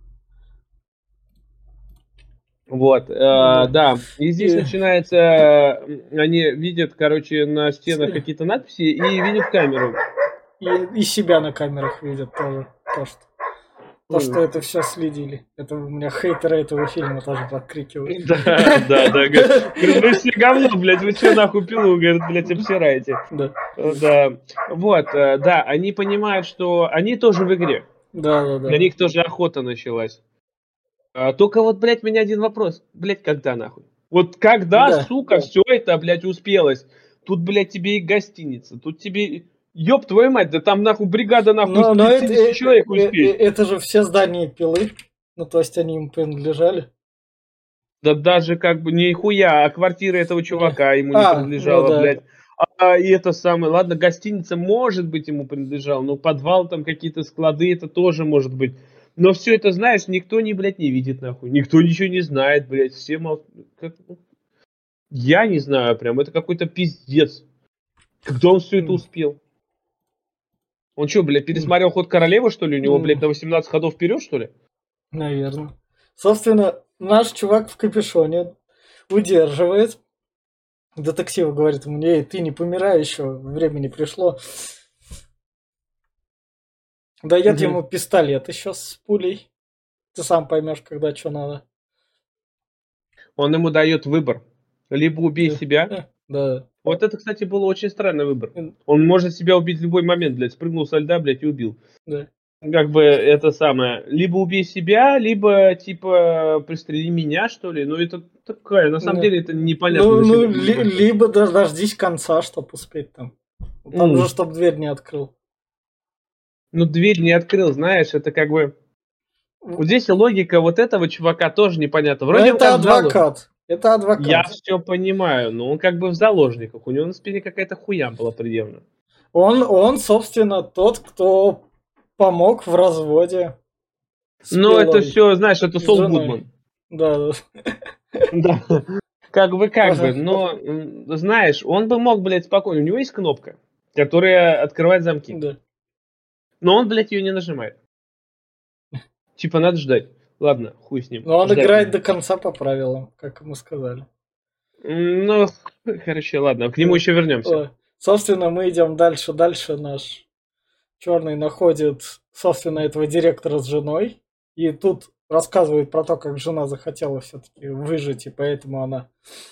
Вот, э, Да. да, и здесь И, начинается, э, они видят, короче, на стенах с- какие-то надписи и видят камеру. и, и себя на камерах видят тоже. То, что, то, что М. это все следили. Это у меня хейтеры этого фильма тоже подкрикивают. Да, да, да, говорит, говорит, вы все говно, блядь, вы что нахуй пилу, говорит, блядь, обсираете. Да, Э, Да, вот, э, да, они понимают, что они тоже в игре. да, да, На да. них тоже охота началась. А, только вот, блядь, меня один вопрос. Блядь, когда нахуй? Вот когда, Да. сука, все это, блядь, успелось? Тут, блядь, тебе и гостиница, тут тебе... Ёб твою мать, да там нахуй бригада нахуй из Но, но это, пятидесяти э, человек э, э, успеет. это же все здания пилы. Ну, то есть они им принадлежали. Да даже как бы нихуя, а квартира этого Да. чувака ему не А, ну принадлежала, да. блядь. А, и это самое, ладно, гостиница может быть ему принадлежала, но подвал там какие-то склады, это тоже может быть. Но все это, знаешь, никто не, блядь, не видит, нахуй. Никто ничего не знает, блядь. Все мол... как- ну, Я не знаю прям, это какой-то пиздец. Когда он все это М, успел? Он что, блядь, м, пересмотрел ход королевы, что ли? У него, блядь, м, на восемнадцать ходов вперед, что ли? наверное. Собственно, наш чувак в капюшоне удерживает. Детектив говорит ему: эй, ты не помирай еще, времени пришло. Дает Мгм. ему пистолет еще с пулей. Ты сам поймешь, когда что надо. Он ему дает выбор. Либо убей Да. себя. Э, да. Вот это, кстати, был очень странный выбор. М, Он может себя убить в любой момент, блядь. Спрыгнул со льда, блядь, и убил. да. Как бы это самое. Либо убей себя, либо, типа, пристрели меня, что ли. Ну, это такая, на самом Да. деле, это непонятно, Ну, зачем ну, это ли- выбор. либо дождись конца, чтобы успеть там. Там же, М. чтобы дверь не открыл. Ну, дверь не открыл, знаешь, это как бы... Вот здесь и логика вот этого чувака тоже непонятна. Но Вроде он это как в залог... адвокат. Это Я адвокат. все понимаю, но он как бы в заложниках. У него на спине какая-то хуя была предъявлена. Он, он, собственно, тот, кто помог в разводе с Но это пилой, все, знаешь, это с Сол женой. Гудман. Да, Да. Как бы, как бы, да. но, м, знаешь, он бы мог, блядь, спокойно. У него есть кнопка, которая открывает замки. Да. Но он, блядь, ее не нажимает. Типа, надо ждать. Ладно, хуй с ним. Но он Ждать играет буду. до конца по правилам, как ему сказали. М, Ну, короче, ладно, к нему Да. еще вернемся. Ой. Собственно, мы идем дальше. Дальше наш черный находит, собственно, этого директора с женой. И тут рассказывает про то, как жена захотела все-таки выжить, и поэтому она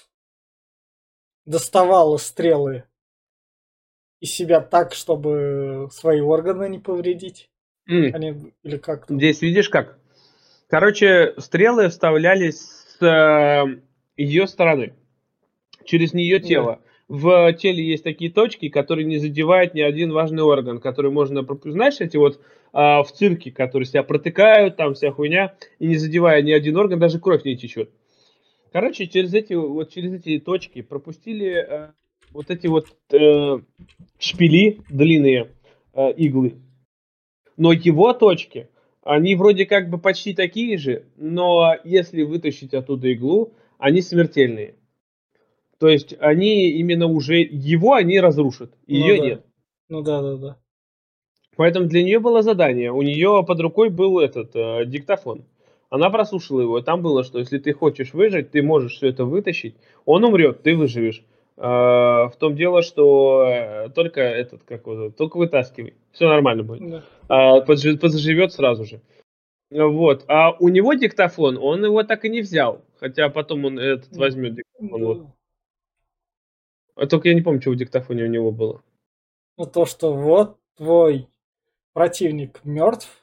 доставала стрелы из себя так, чтобы свои органы не повредить. М, Они, или как там? Здесь видишь как? Короче, стрелы вставлялись с ее стороны, через нее Да. тело. В теле есть такие точки, которые не задевают ни один важный орган, который можно, проп- знаешь, эти вот а, в цирке, которые себя протыкают, там вся хуйня, и не задевая ни один орган, даже кровь не течет. Короче, через эти вот через эти точки пропустили э, вот эти вот э, шпили длинные э, иглы. Но его точки, они вроде как бы почти такие же, но если вытащить оттуда иглу, они смертельные. То есть они именно уже его они разрушат, Ну ее да. нет. Ну да, да, да. Поэтому для нее было задание. У нее под рукой был этот э, диктофон. Она прослушала его. Там было, что если ты хочешь выжить, ты можешь все это вытащить. Он умрет, ты выживешь. А, в том дело, что э, только этот, как его, только вытаскивай. Все нормально будет. Да. А, поджи- подзаживет сразу же. Вот. А у него диктофон, он его так и не взял. Хотя потом он этот М, возьмет диктофон. Вот. да. А только я не помню, что в диктофоне у него было. Ну, то, что вот твой противник мертв,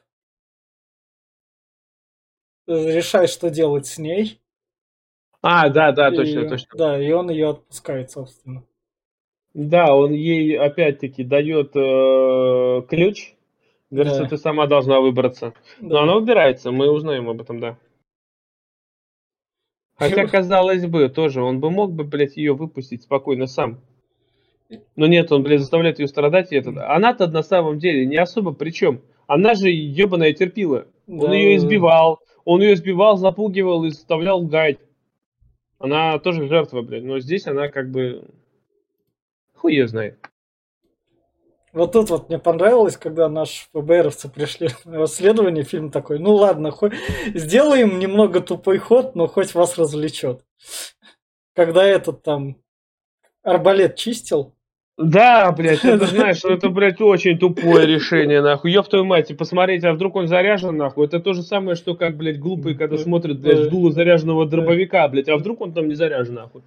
решай, что делать с ней, А, да, да, точно, и точно. да, и он ее отпускает, собственно. Да, он ей опять-таки дает э, ключ. Говорит, что Да, ты сама должна выбраться. Но она да. выбирается, мы узнаем об этом, да. Хотя, казалось бы, тоже, он бы мог бы, блядь, ее выпустить спокойно сам. Но нет, он, блядь, заставляет ее страдать. И это. Она-то на самом деле не особо при чем. Она же ебаная терпила. Он Да, ее да, да. избивал. Он ее избивал, запугивал и заставлял лгать. Она тоже жертва, блядь. Но здесь она как бы... Хуй ее знает. Вот тут вот мне понравилось, когда наши ФБРовцы пришли на расследование, фильм такой, ну ладно, хоть сделаем немного тупой ход, но хоть вас развлечет. Когда этот там арбалет чистил. Да, блядь, это знаешь, ну это, блядь, очень тупое решение, нахуй. Ёб твою мать, и посмотреть, а вдруг он заряжен, нахуй. Это то же самое, что как, блядь, глупые, когда смотрят, блядь, в дуло заряженного дробовика, блядь, а вдруг он там не заряжен, нахуй.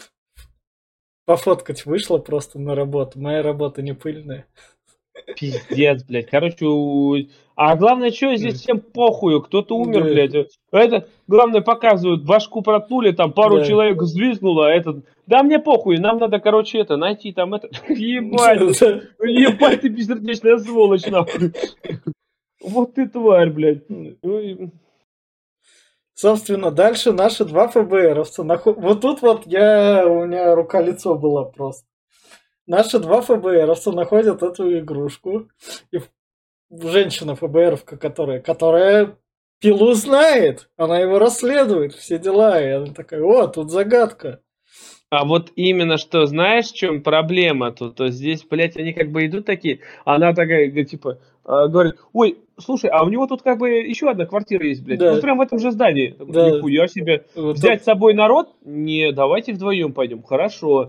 Пофоткать вышло просто на работу. Моя работа не пыльная. Пиздец, блядь. Короче, у... а главное, что здесь всем похую, кто-то умер, Да, блядь. Это, главное, показывают, башку проткнули, там пару да. человек взвизгнуло, а этот, да мне похуй, нам надо, короче, это, найти там это, ебать, Да. ебать ты бессердечная сволочь, нахуй. Вот ты тварь, блядь. Ну и- Собственно, дальше наши два ФБРовца. нахо- Вот тут вот я, у меня рука-лицо была просто. Наши два ФБРовца находят эту игрушку. И ф- женщина ФБРовка, которая, которая пилу знает, она его расследует, все дела. И она такая, о, тут загадка. А вот именно что, знаешь, в чем проблема тут? То здесь, блядь, они как бы идут такие, она такая, говорит, типа, э, говорит, ой, слушай, а у него тут как бы еще одна квартира есть, блядь, вот Да, прям в этом же здании. Такой, да. нихуя себе. Вот Взять тут, с собой народ? Не, давайте вдвоем пойдем. Хорошо.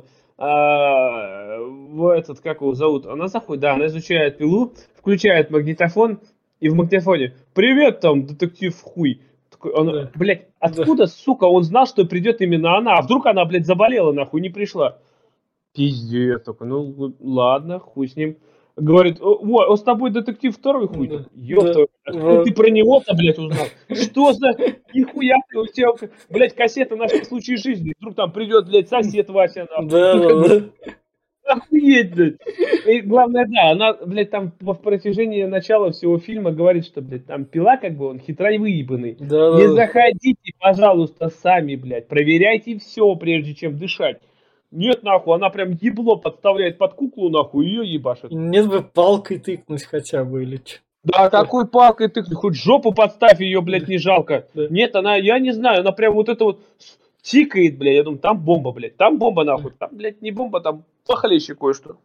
А, в этот, как его зовут? Она заходит, да, она изучает пилу, включает магнитофон, и в магнитофоне, привет там, детектив хуй. Такой, она, да, блядь, да. откуда, сука, он знал, что придет именно она? А вдруг она, блядь, заболела, нахуй, не пришла? Пиздец, такой, ну л- ладно, хуй с ним. Говорит, о, о, а с тобой детектив второй хуй. Да, Такой, ёб да, твою, откуда ты вот. про него-то, блядь, узнал? Что за нихуя ты, у тебя, блядь, кассета на все случаи жизни. Вдруг там придет, блядь, сосед Вася, нахуй. Да, Как бы, да, да. охуеть, блядь. И главное, да, она, блядь, там в протяжении начала всего фильма говорит, что, блядь, там пила, как бы он хитрой выебанный. Да, Не да, заходите, пожалуйста, сами, блядь. Проверяйте все, прежде чем дышать. Нет, нахуй, она прям ебло подставляет под куклу, нахуй, и ее ебашит. нет бы палкой тыкнуть хотя бы или чё. Да Да, какой палкой ты, хоть жопу подставь ее, блядь, да, не жалко. да, Нет, она, я не знаю, она прям вот это вот с- тикает, блядь. Я думаю, там бомба, блядь, там бомба, да. нахуй. Там, блядь, не бомба, там похлеще кое-что.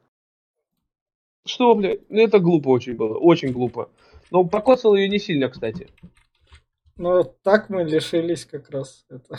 Что, блядь, ну это глупо очень было, очень глупо. Но покоцал ее не сильно, кстати. Но так мы лишились как раз это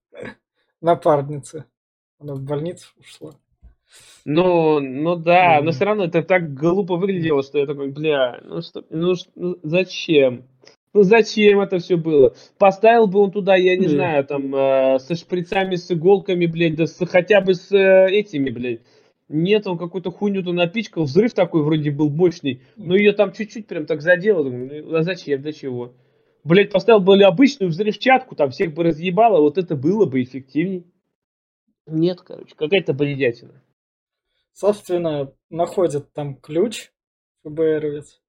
напарницы. Она в больницу ушла. Ну, ну да, но Да. все равно это так глупо выглядело, что я такой, бля, ну что, ну, ш- ну зачем? Ну зачем это все было? Поставил бы он туда, я не Да. знаю, там, э, со шприцами, с иголками, блядь, да с- хотя бы с э, этими, блядь. Нет, он какую-то хуйню-то напичкал, взрыв такой вроде был мощный, но ее там чуть-чуть прям так задело, думаю, ну, а зачем, для чего? Блядь, поставил бы обычную взрывчатку, там всех бы разъебало, вот это было бы эффективней. Нет, короче, какая-то бредятина. Собственно, находят там ключ ФБРовец.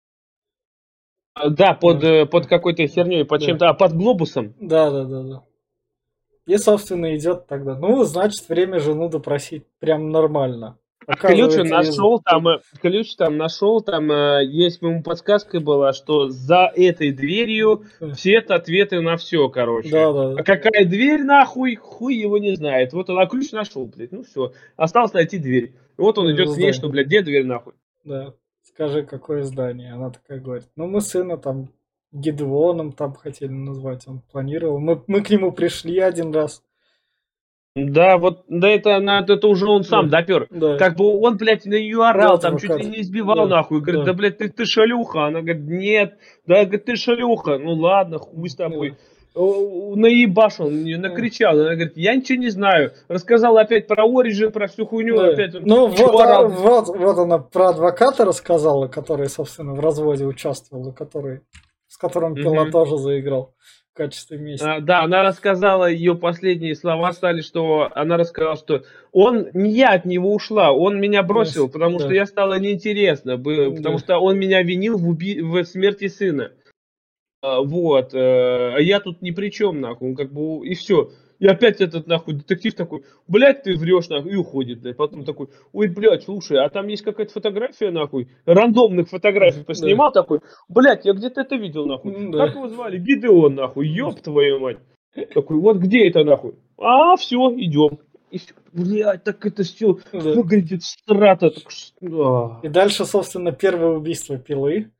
А, Да, под, Да, э, под какой-то херней, под да, чем-то, а под глобусом. да, да, да, да. И, собственно, идет тогда. Ну, значит, время жену допросить прям нормально. А ключ он Оказывается, из... нашел, там, э, ключ там нашел, там э, есть, по-моему, подсказка была, что за этой дверью все ответы на все, Да, короче. да, А да. какая дверь нахуй, хуй его не знает. Вот он, а ключ нашел, блядь, ну все. Осталось найти дверь. И вот он идет к ней, Здание. что, блядь, где дверь нахуй? Да. Скажи, какое здание? Она такая говорит. Ну, мы сына там Гедеоном там хотели назвать. Он планировал. Мы, мы к нему пришли один раз. Да, вот, да это, на, это уже он сам Да, допер. да. Как бы он, блядь, на нее Да, орал, там чуть ли адвокат. не избивал, Да, нахуй. Говорит, да, да, блядь, ты, ты шалюха. Она говорит, нет, да, говорит, ты шалюха. Ну ладно, хуй с тобой. да. О, наебашил, мне М, накричал. Она говорит, я ничего не знаю. Рассказал опять про Origin, про всю хуйню, да. опять он Ну вот, чего а, орал. вот, вот она про адвоката рассказала, который, собственно, в разводе участвовал, и который, с которым Пила Мгм. тоже заиграл в качестве мести. А, да, она рассказала, ее последние слова стали, что она рассказала, что он, не я от него ушла, он меня бросил, Мес- потому что Да, я стала неинтересна, бы- потому да. что он меня винил в, уби- в смерти сына. А, вот, э, а я тут ни при чем, нахуй, он как бы, и все. И опять этот, нахуй, детектив такой, блядь, ты врешь, нахуй, и уходит, блядь. Потом такой, ой, блядь, слушай, а там есть какая-то фотография, нахуй, рандомных фотографий Да, поснимал такой, блядь, я где-то это видел, нахуй. да, Как его звали? Гидеон, нахуй, ёб твою мать. Такой, вот где это, нахуй? А, все, идем. И всё. Блядь, так это все да. выглядит страта. Так, ш- а. И дальше, собственно, первое убийство Пилы.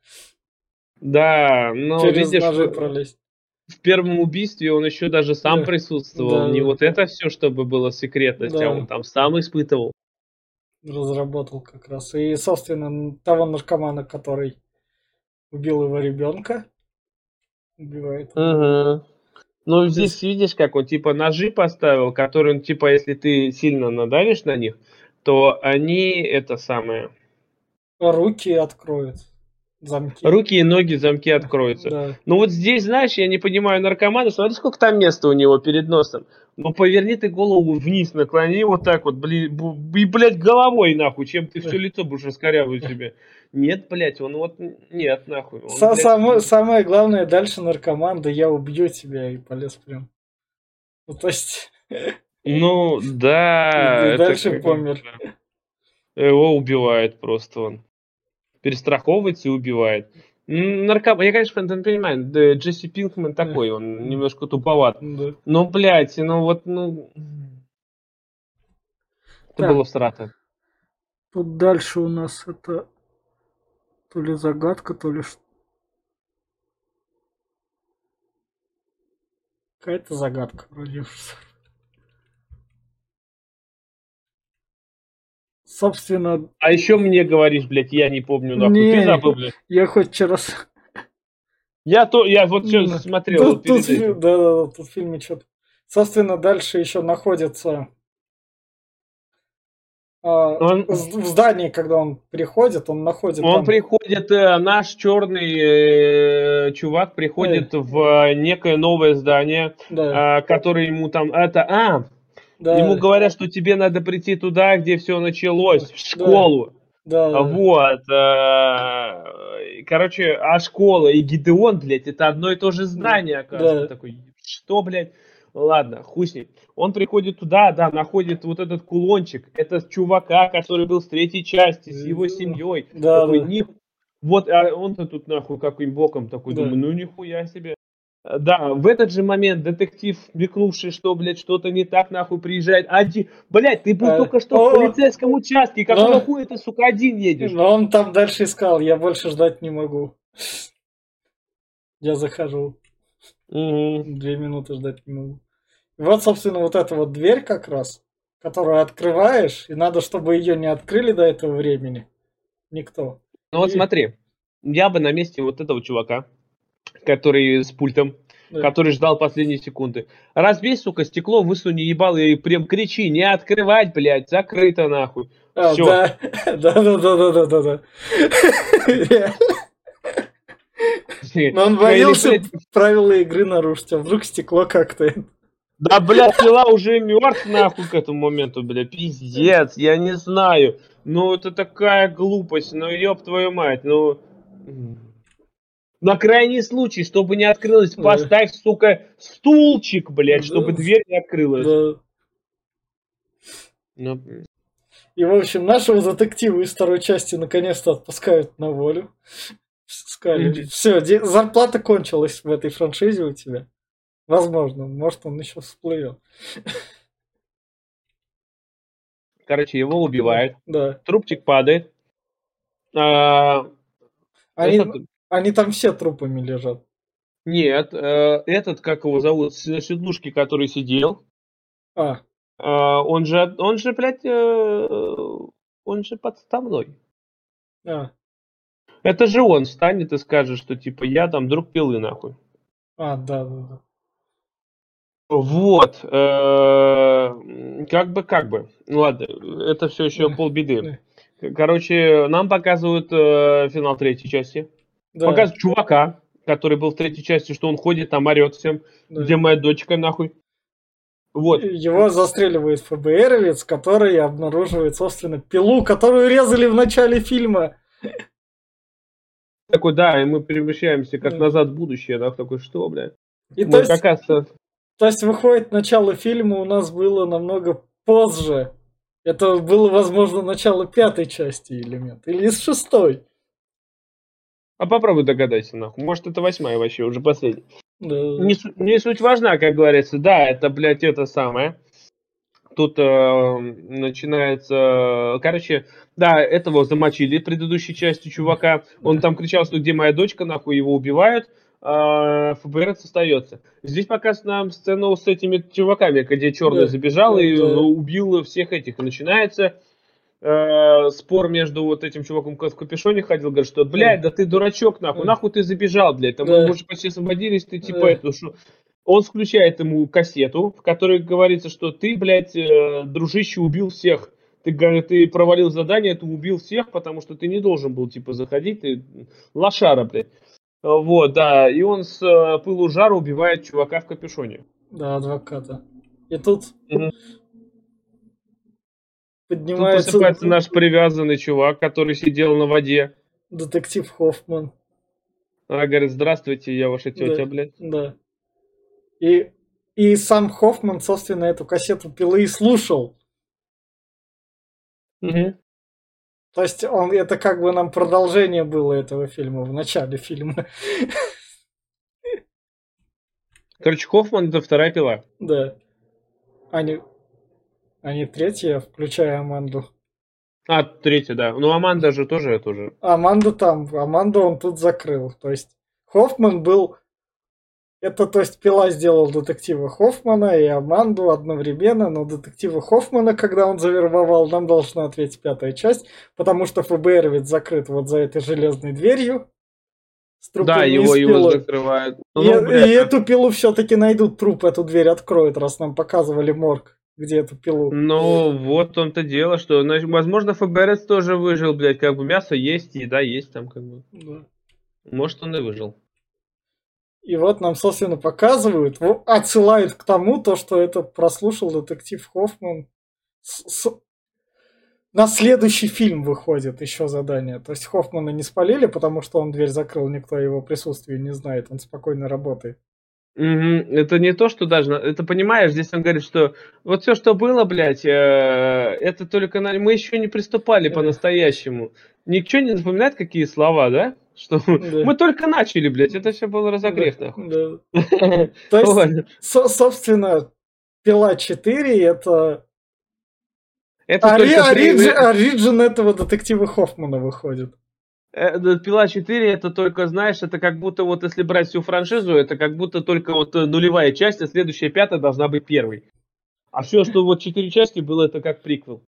Да, но Через видишь, ножи в, пролезть. в первом убийстве он еще даже сам Да, присутствовал. да, Не да, вот это все, чтобы было секретность, а он да. там сам испытывал. Разработал как раз. И, собственно, н- того наркомана, который убил его ребенка, убивает его. Ага. Ну, Здесь здесь видишь, как он типа ножи поставил, которые, он, типа, если ты сильно надавишь на них, то они это самое. руки откроют, замки. Руки и ноги, замки откроются. Да, Ну вот здесь, знаешь, я не понимаю наркомана, смотри, сколько там места у него перед носом. Ну поверни ты голову вниз, наклони вот так вот, бли, бу- и, блядь, головой нахуй, чем ты все да. лицо будешь раскорябывать себе. Нет, блядь, он вот, нет, нахуй, он, Са- блядь, Самое, самое главное, дальше наркоман, да я убью тебя, и полез прям. Ну, то есть, ну, и, да, и это дальше как бы, помер. да. Его убивает просто он. Перестраховывается и убивает. М, Наркоман, я, конечно, не понимаю, да, Джесси Пинкман Да, такой, он немножко туповат. да. Ну, блядь, ну вот, ну, это Так, было всрато. тут дальше у нас это то ли загадка, то ли что. Какая-то загадка вроде. Собственно, А еще мне говоришь, блядь, я не помню, нахуй. Ты не, забыл, блядь. я хоть вчера... с- Я то, я вот сейчас М, смотрел вот Тут, тут, перед фи- этим. да, да, да, тут в фильме что-то. Собственно, дальше еще находится а, Он, з- в здании, когда он приходит, он находит он там... приходит, э, наш черный э, чувак Эй, приходит в некое новое здание, да, э, которое ему там, это, а, ему да, говорят, что тебе надо прийти туда, где все да, началось, в да, школу. А да, Вот. э, Короче, а школа и Гидеон, блядь, это одно и то же да, здание, оказывается. Ты да, такой, что, блядь? Ладно, хуй с ним. Он приходит туда, да, находит вот этот кулончик. Это чувака, который был с третьей части, с его семьей. да, Такой, да, ни... Вот, а он-то тут нахуй каким боком такой, да. думаю, ну нихуя себе. Э, Да, в этот же момент детектив, мекнувший, что, блядь, что-то не так, нахуй, приезжает. Один, блядь, ты был А, только что в о, полицейском участке, какого но, хуя ты, сука, один едешь? но он там дальше искал, я больше ждать не могу. Я захожу, Мгм. две минуты ждать не могу. И вот, собственно, вот эта вот дверь как раз, которую открываешь, и надо, чтобы ее не открыли до этого времени. Никто. Ну вот И, смотри, я бы на месте вот этого чувака, который с пультом, да. который ждал последние секунды. Разбей, сука, стекло, высуни ебало и прям кричи, не открывать, блядь, закрыто нахуй. А, Все. да, да, да, да, да, да, да, да. Реально. Но он Или, боялся блядь, правила игры нарушить, а вдруг стекло как-то... да, блядь, Пила уже мертв нахуй к этому моменту, бля, пиздец, я не знаю. Ну, это такая глупость, ну, ёб твою мать, ну... На крайний случай, чтобы не открылось, Да, поставь, сука, стульчик, блядь, чтобы да, дверь не открылась. да. Ну, И, в общем, нашего детектива из второй части наконец-то отпускают на волю. Сказали, мгм. все, зарплата кончилась в этой франшизе у тебя. Возможно, может он еще всплывет. Короче, его Да, убивают, да. трупчик падает. А, Они, этот, они там все трупами лежат. нет, э, этот, как его зовут, с- на сидушке, который сидел, А, А, он же, он же, блядь, э, он же подставной. А, Это же он встанет и скажет, что типа я там друг Пилы, нахуй. а, да, да, да. Вот, э, м, как бы, как бы. Ну ладно, это все еще Да, полбеды. да, К- Короче, нам показывают э, финал третьей части. да, Показывают чувака, который был в третьей части, что он ходит там, орет всем, да. где моя дочка, нахуй. Вот. Его застреливает ФБРовец, который обнаруживает, собственно, пилу, которую резали в начале фильма. Такой, да, и мы перемещаемся как Да. назад в будущее, да, такой, что, блядь? И то Мы есть, как раз э, то есть, выходит, начало фильма у нас было намного позже. Это было, возможно, начало пятой части элемент. Или из шестой. А попробуй догадайся, нахуй. Может, это восьмая вообще, уже последняя. Да. Не, су- не суть важна, как говорится. Да, это, блядь, это самое. Тут э, начинается... Короче, да, этого замочили в предыдущей части чувака. Он Да. там кричал, что где моя дочка, нахуй, его убивают. А ФБР остается. Здесь показывают нам сцену с этими чуваками, где черный Да. забежал и Да. убил всех этих. И начинается э, спор между вот этим чуваком, который в капюшоне ходил, говорит, что, Да. блядь, да ты дурачок, нахуй, Да. нахуй ты забежал, блядь, там мы Да. уже почти освободились, ты типа Да. это, что... Он включает ему кассету, в которой говорится, что ты, блядь, э, дружище, убил всех. Ты, говорит, ты провалил задание, ты убил всех, потому что ты не должен был, типа, заходить, ты лошара, блядь. Э, Вот, да, и он с э, пылу жару убивает чувака в капюшоне. Да, адвоката. И тут Мгм. Тут поднимается просыпается наш привязанный чувак, который сидел на воде. детектив Хоффман. Она говорит, здравствуйте, я ваша Да. тетя, блядь. Да. И, и сам Хоффман, собственно, эту кассету пилы и слушал. Мгм. То есть он, это как бы нам продолжение было этого фильма в начале фильма. Короче, Хоффман это вторая пила. Да. Они, они третья, включая Аманду. А, третья, да. Ну, Аманда же тоже тоже. Аманду там, Аманду он тут закрыл. То есть Хоффман был... Это, то есть, Пила сделал детектива Хоффмана и Аманду одновременно, но детектива Хоффмана, когда он завербовал, нам должна ответить пятая часть, потому что ФБР ведь закрыт вот за этой железной дверью с Да, трупами его, из его пилы. закрывают. И, Ну, и блядь, эту пилу все-таки найдут, труп эту дверь откроют, раз нам показывали морг, где эту пилу. ну, вот в том-то дело, что, значит, возможно, ФБРец тоже выжил, блядь, как бы мясо есть, еда есть там, как бы. Да. Может, он и выжил. И вот нам, собственно, показывают, во- отсылают к тому, то, что это прослушал детектив Хоффман. С- с- На следующий фильм выходит еще задание. То есть Хоффмана не спалили, потому что он дверь закрыл, никто о его присутствии не знает, он спокойно работает. Мгм. Это не то, что даже... Это, понимаешь, здесь он говорит, что вот все, что было, блядь, э, это только... на- Мы еще не приступали Э, по-настоящему. Ничего не напоминает, какие слова, да? Что Да, мы только начали, блядь, это все был да, разогрев, нахуй. да. То есть, Вот. со- собственно, Пила четыре это Это ори- только оридж- при... оригин этого детектива Хоффмана выходит. э, да, Пила четыре это только, знаешь, это как будто вот если брать всю франшизу, это как будто только вот э, нулевая часть, а следующая пятая должна быть первой. А все, что вот четыре части было, это как приквел.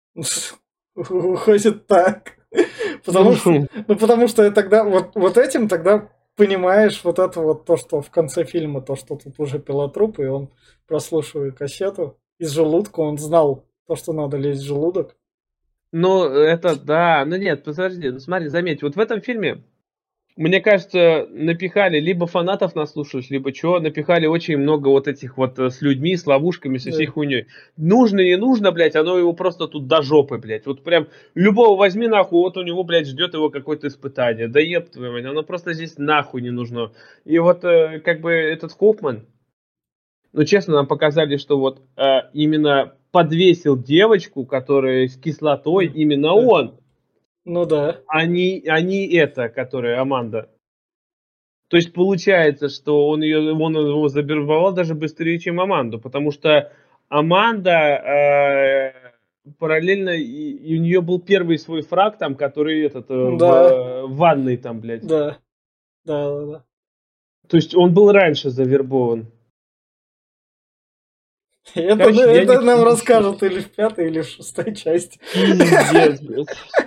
Выходит так. Потому что, Ну, ну, потому что я тогда вот, вот этим тогда понимаешь вот это вот то, что в конце фильма, то, что тут уже пилотруп, и он прослушивает кассету из желудка, он знал то, что надо лезть в желудок. ну, это да. Ну нет, подожди, ну смотри, заметь, вот в этом фильме, мне кажется, напихали либо фанатов наслушались, либо чего, напихали очень много вот этих вот э, с людьми, с ловушками, со всей Да, хуйней. Нужно, не нужно, блядь, оно его просто тут до жопы, блядь. Вот прям любого возьми нахуй, вот у него, блядь, ждет его какое-то испытание. Да еб твою мать, оно просто здесь нахуй не нужно. И вот э, как бы этот Хоффман, ну честно, нам показали, что вот э, именно подвесил девочку, которая с кислотой, да, именно да. он, Ну да. а не, а не эта, которая Аманда. То есть получается, что он ее, он его завербовал даже быстрее, чем Аманду, потому что Аманда э, параллельно и, и у нее был первый свой фраг там, который этот э, Да, в, в ванной там, блядь. да, да, да, да. То есть он был раньше завербован. Это, Короче, я это не... нам расскажут или в пятой, или в шестой части. Пиздец, блядь.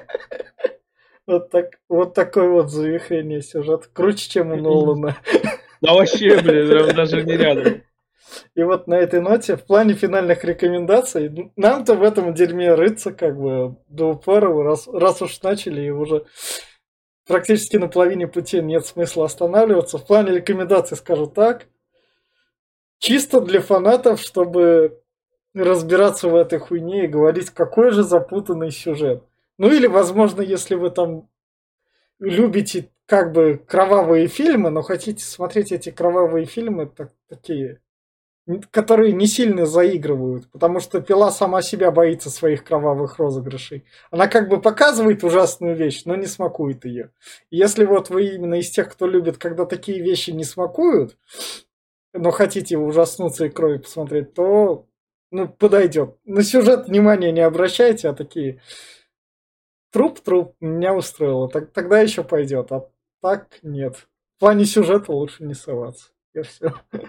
Вот, так, вот такой вот завихрение сюжета. Круче, чем у Нолана. Да вообще, блин, прям даже не рядом. И вот на этой ноте, в плане финальных рекомендаций, нам-то в этом дерьме рыться как бы до упора, раз, раз уж начали, и уже практически на половине пути нет смысла останавливаться. В плане рекомендаций скажу так. Чисто для фанатов, чтобы разбираться в этой хуйне и говорить, какой же запутанный сюжет. Ну или, возможно, если вы там любите как бы кровавые фильмы, но хотите смотреть эти кровавые фильмы так, такие, которые не сильно заигрывают, потому что Пила сама себя боится своих кровавых розыгрышей. Она как бы показывает ужасную вещь, но не смакует ее. Если вот вы именно из тех, кто любит, когда такие вещи не смакуют, но хотите ужаснуться и крови посмотреть, то ну, подойдет. На сюжет внимания не обращайте, а такие труп-труп меня устроило. Так, тогда еще пойдет, а так нет. В плане сюжета лучше не соваться. И все.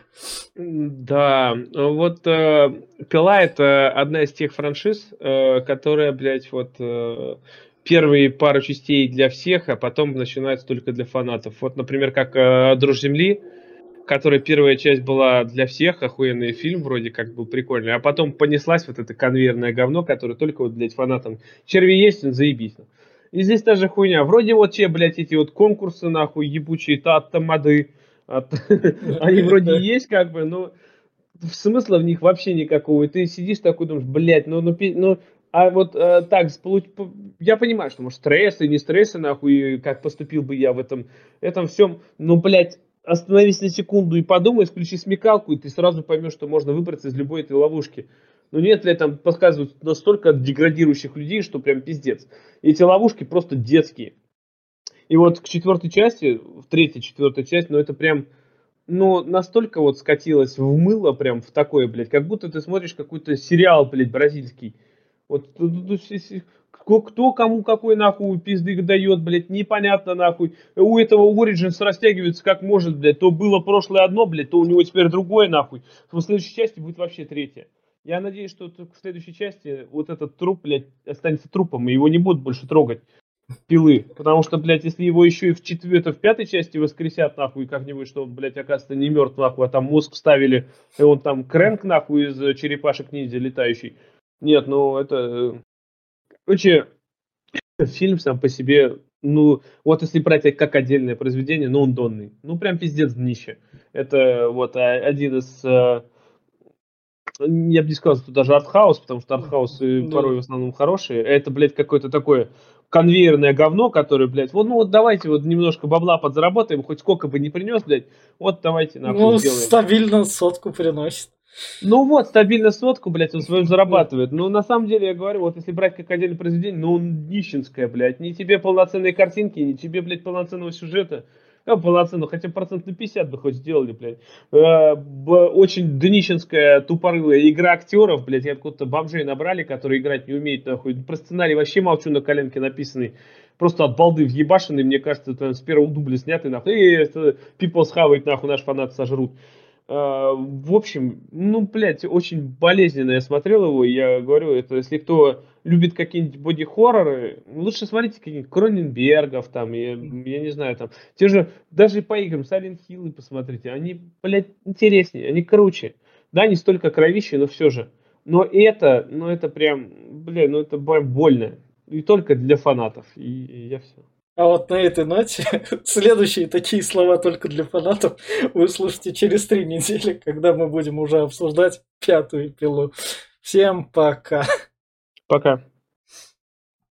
Да, вот э, Пила это одна из тех франшиз, э, которая, блядь, вот э, первые пару частей для всех, а потом начинается только для фанатов. Вот, например, как э, Дрожь земли, которая первая часть была для всех, охуенный фильм вроде как был прикольный, а потом понеслась вот это конвейерное говно, которое только вот, блядь, фанатам. Черви есть, он заебись. И здесь та же хуйня. Вроде вот те, блядь, эти вот конкурсы, нахуй, ебучие, от тамады, от... они вроде есть, как бы, но смысла в них вообще никакого. И ты сидишь такой, думаешь, блядь, ну, ну, ну, а вот э, так, сполу- по- я понимаю, что, может, стрессы, не стрессы, нахуй, как поступил бы я в этом, этом всем, но, блядь, остановись на секунду и подумай, включи смекалку, и ты сразу поймешь, что можно выбраться из любой этой ловушки. Ну нет ли там подсказывают настолько деградирующих людей, что прям пиздец. И эти ловушки просто детские. И вот к четвертой части, в третьей, четвертой части, ну это прям, ну, настолько вот скатилось в мыло, прям в такое, блядь, как будто ты смотришь какой-то сериал, блядь, бразильский. Вот кто, кто кому какой нахуй пизды дает, блядь, непонятно нахуй. У этого Origins растягивается как может, блядь. То было прошлое одно, блядь, то у него теперь другое нахуй. В следующей части будет вообще третье. Я надеюсь, что в следующей части вот этот труп, блядь, останется трупом, и его не будут больше трогать. Пилы. Потому что, блядь, если его еще и в четвертой, в пятой части воскресят, нахуй, как-нибудь, что он, блядь, оказывается не мертв, нахуй, а там мозг вставили, и он там Крэнк, нахуй, из черепашек ниндзя летающий. Нет, ну, это... Короче, фильм сам по себе, ну, вот если брать как отдельное произведение, ну, он донный. Ну, прям пиздец днище. Это вот один из... Я бы не сказал, что даже артхаус, потому что артхаусы порой в основном хорошие. Это, блядь, какое-то такое конвейерное говно, которое, блядь, вот, ну вот давайте вот немножко бабла подзаработаем, хоть сколько бы не принес, блядь, вот давайте нахуй Ну, сделаем. стабильно сотку приносит. Ну вот, стабильно сотку, блядь, он свою зарабатывает. Но на самом деле, я говорю, вот если брать как отдельное произведение, ну он нищенское, блядь. Ни тебе полноценной картинки, ни тебе, блядь, полноценного сюжета. Как полноценного, хотя процент на пятьдесят бы хоть сделали, блядь. Э, б- очень днищенская, тупорылая игра актеров, блядь, откуда-то бомжей набрали, которые играть не умеют, нахуй. Про сценарий вообще молчу, на коленке написанный. Просто от балды въебашенный, мне кажется, там с первого дубля снятый, нахуй. Эй, это people схавает, нахуй, наш фанат сожрут. А, в общем, ну, блядь, очень болезненно я смотрел его. Я говорю, это если кто любит какие-нибудь боди-хорроры, лучше смотрите каких-нибудь Кроненбергов, там, я, я не знаю, там, те же, даже по играм, Silent Hill посмотрите, они, блядь, интереснее, они круче. Да, не столько кровищи, но все же. Но это, ну, это прям, блядь, ну, это прям больно. И только для фанатов. И, и я все. А вот на этой ноте следующие такие слова только для фанатов вы слушаете через три недели, когда мы будем уже обсуждать пятую пилу. Всем пока. Пока.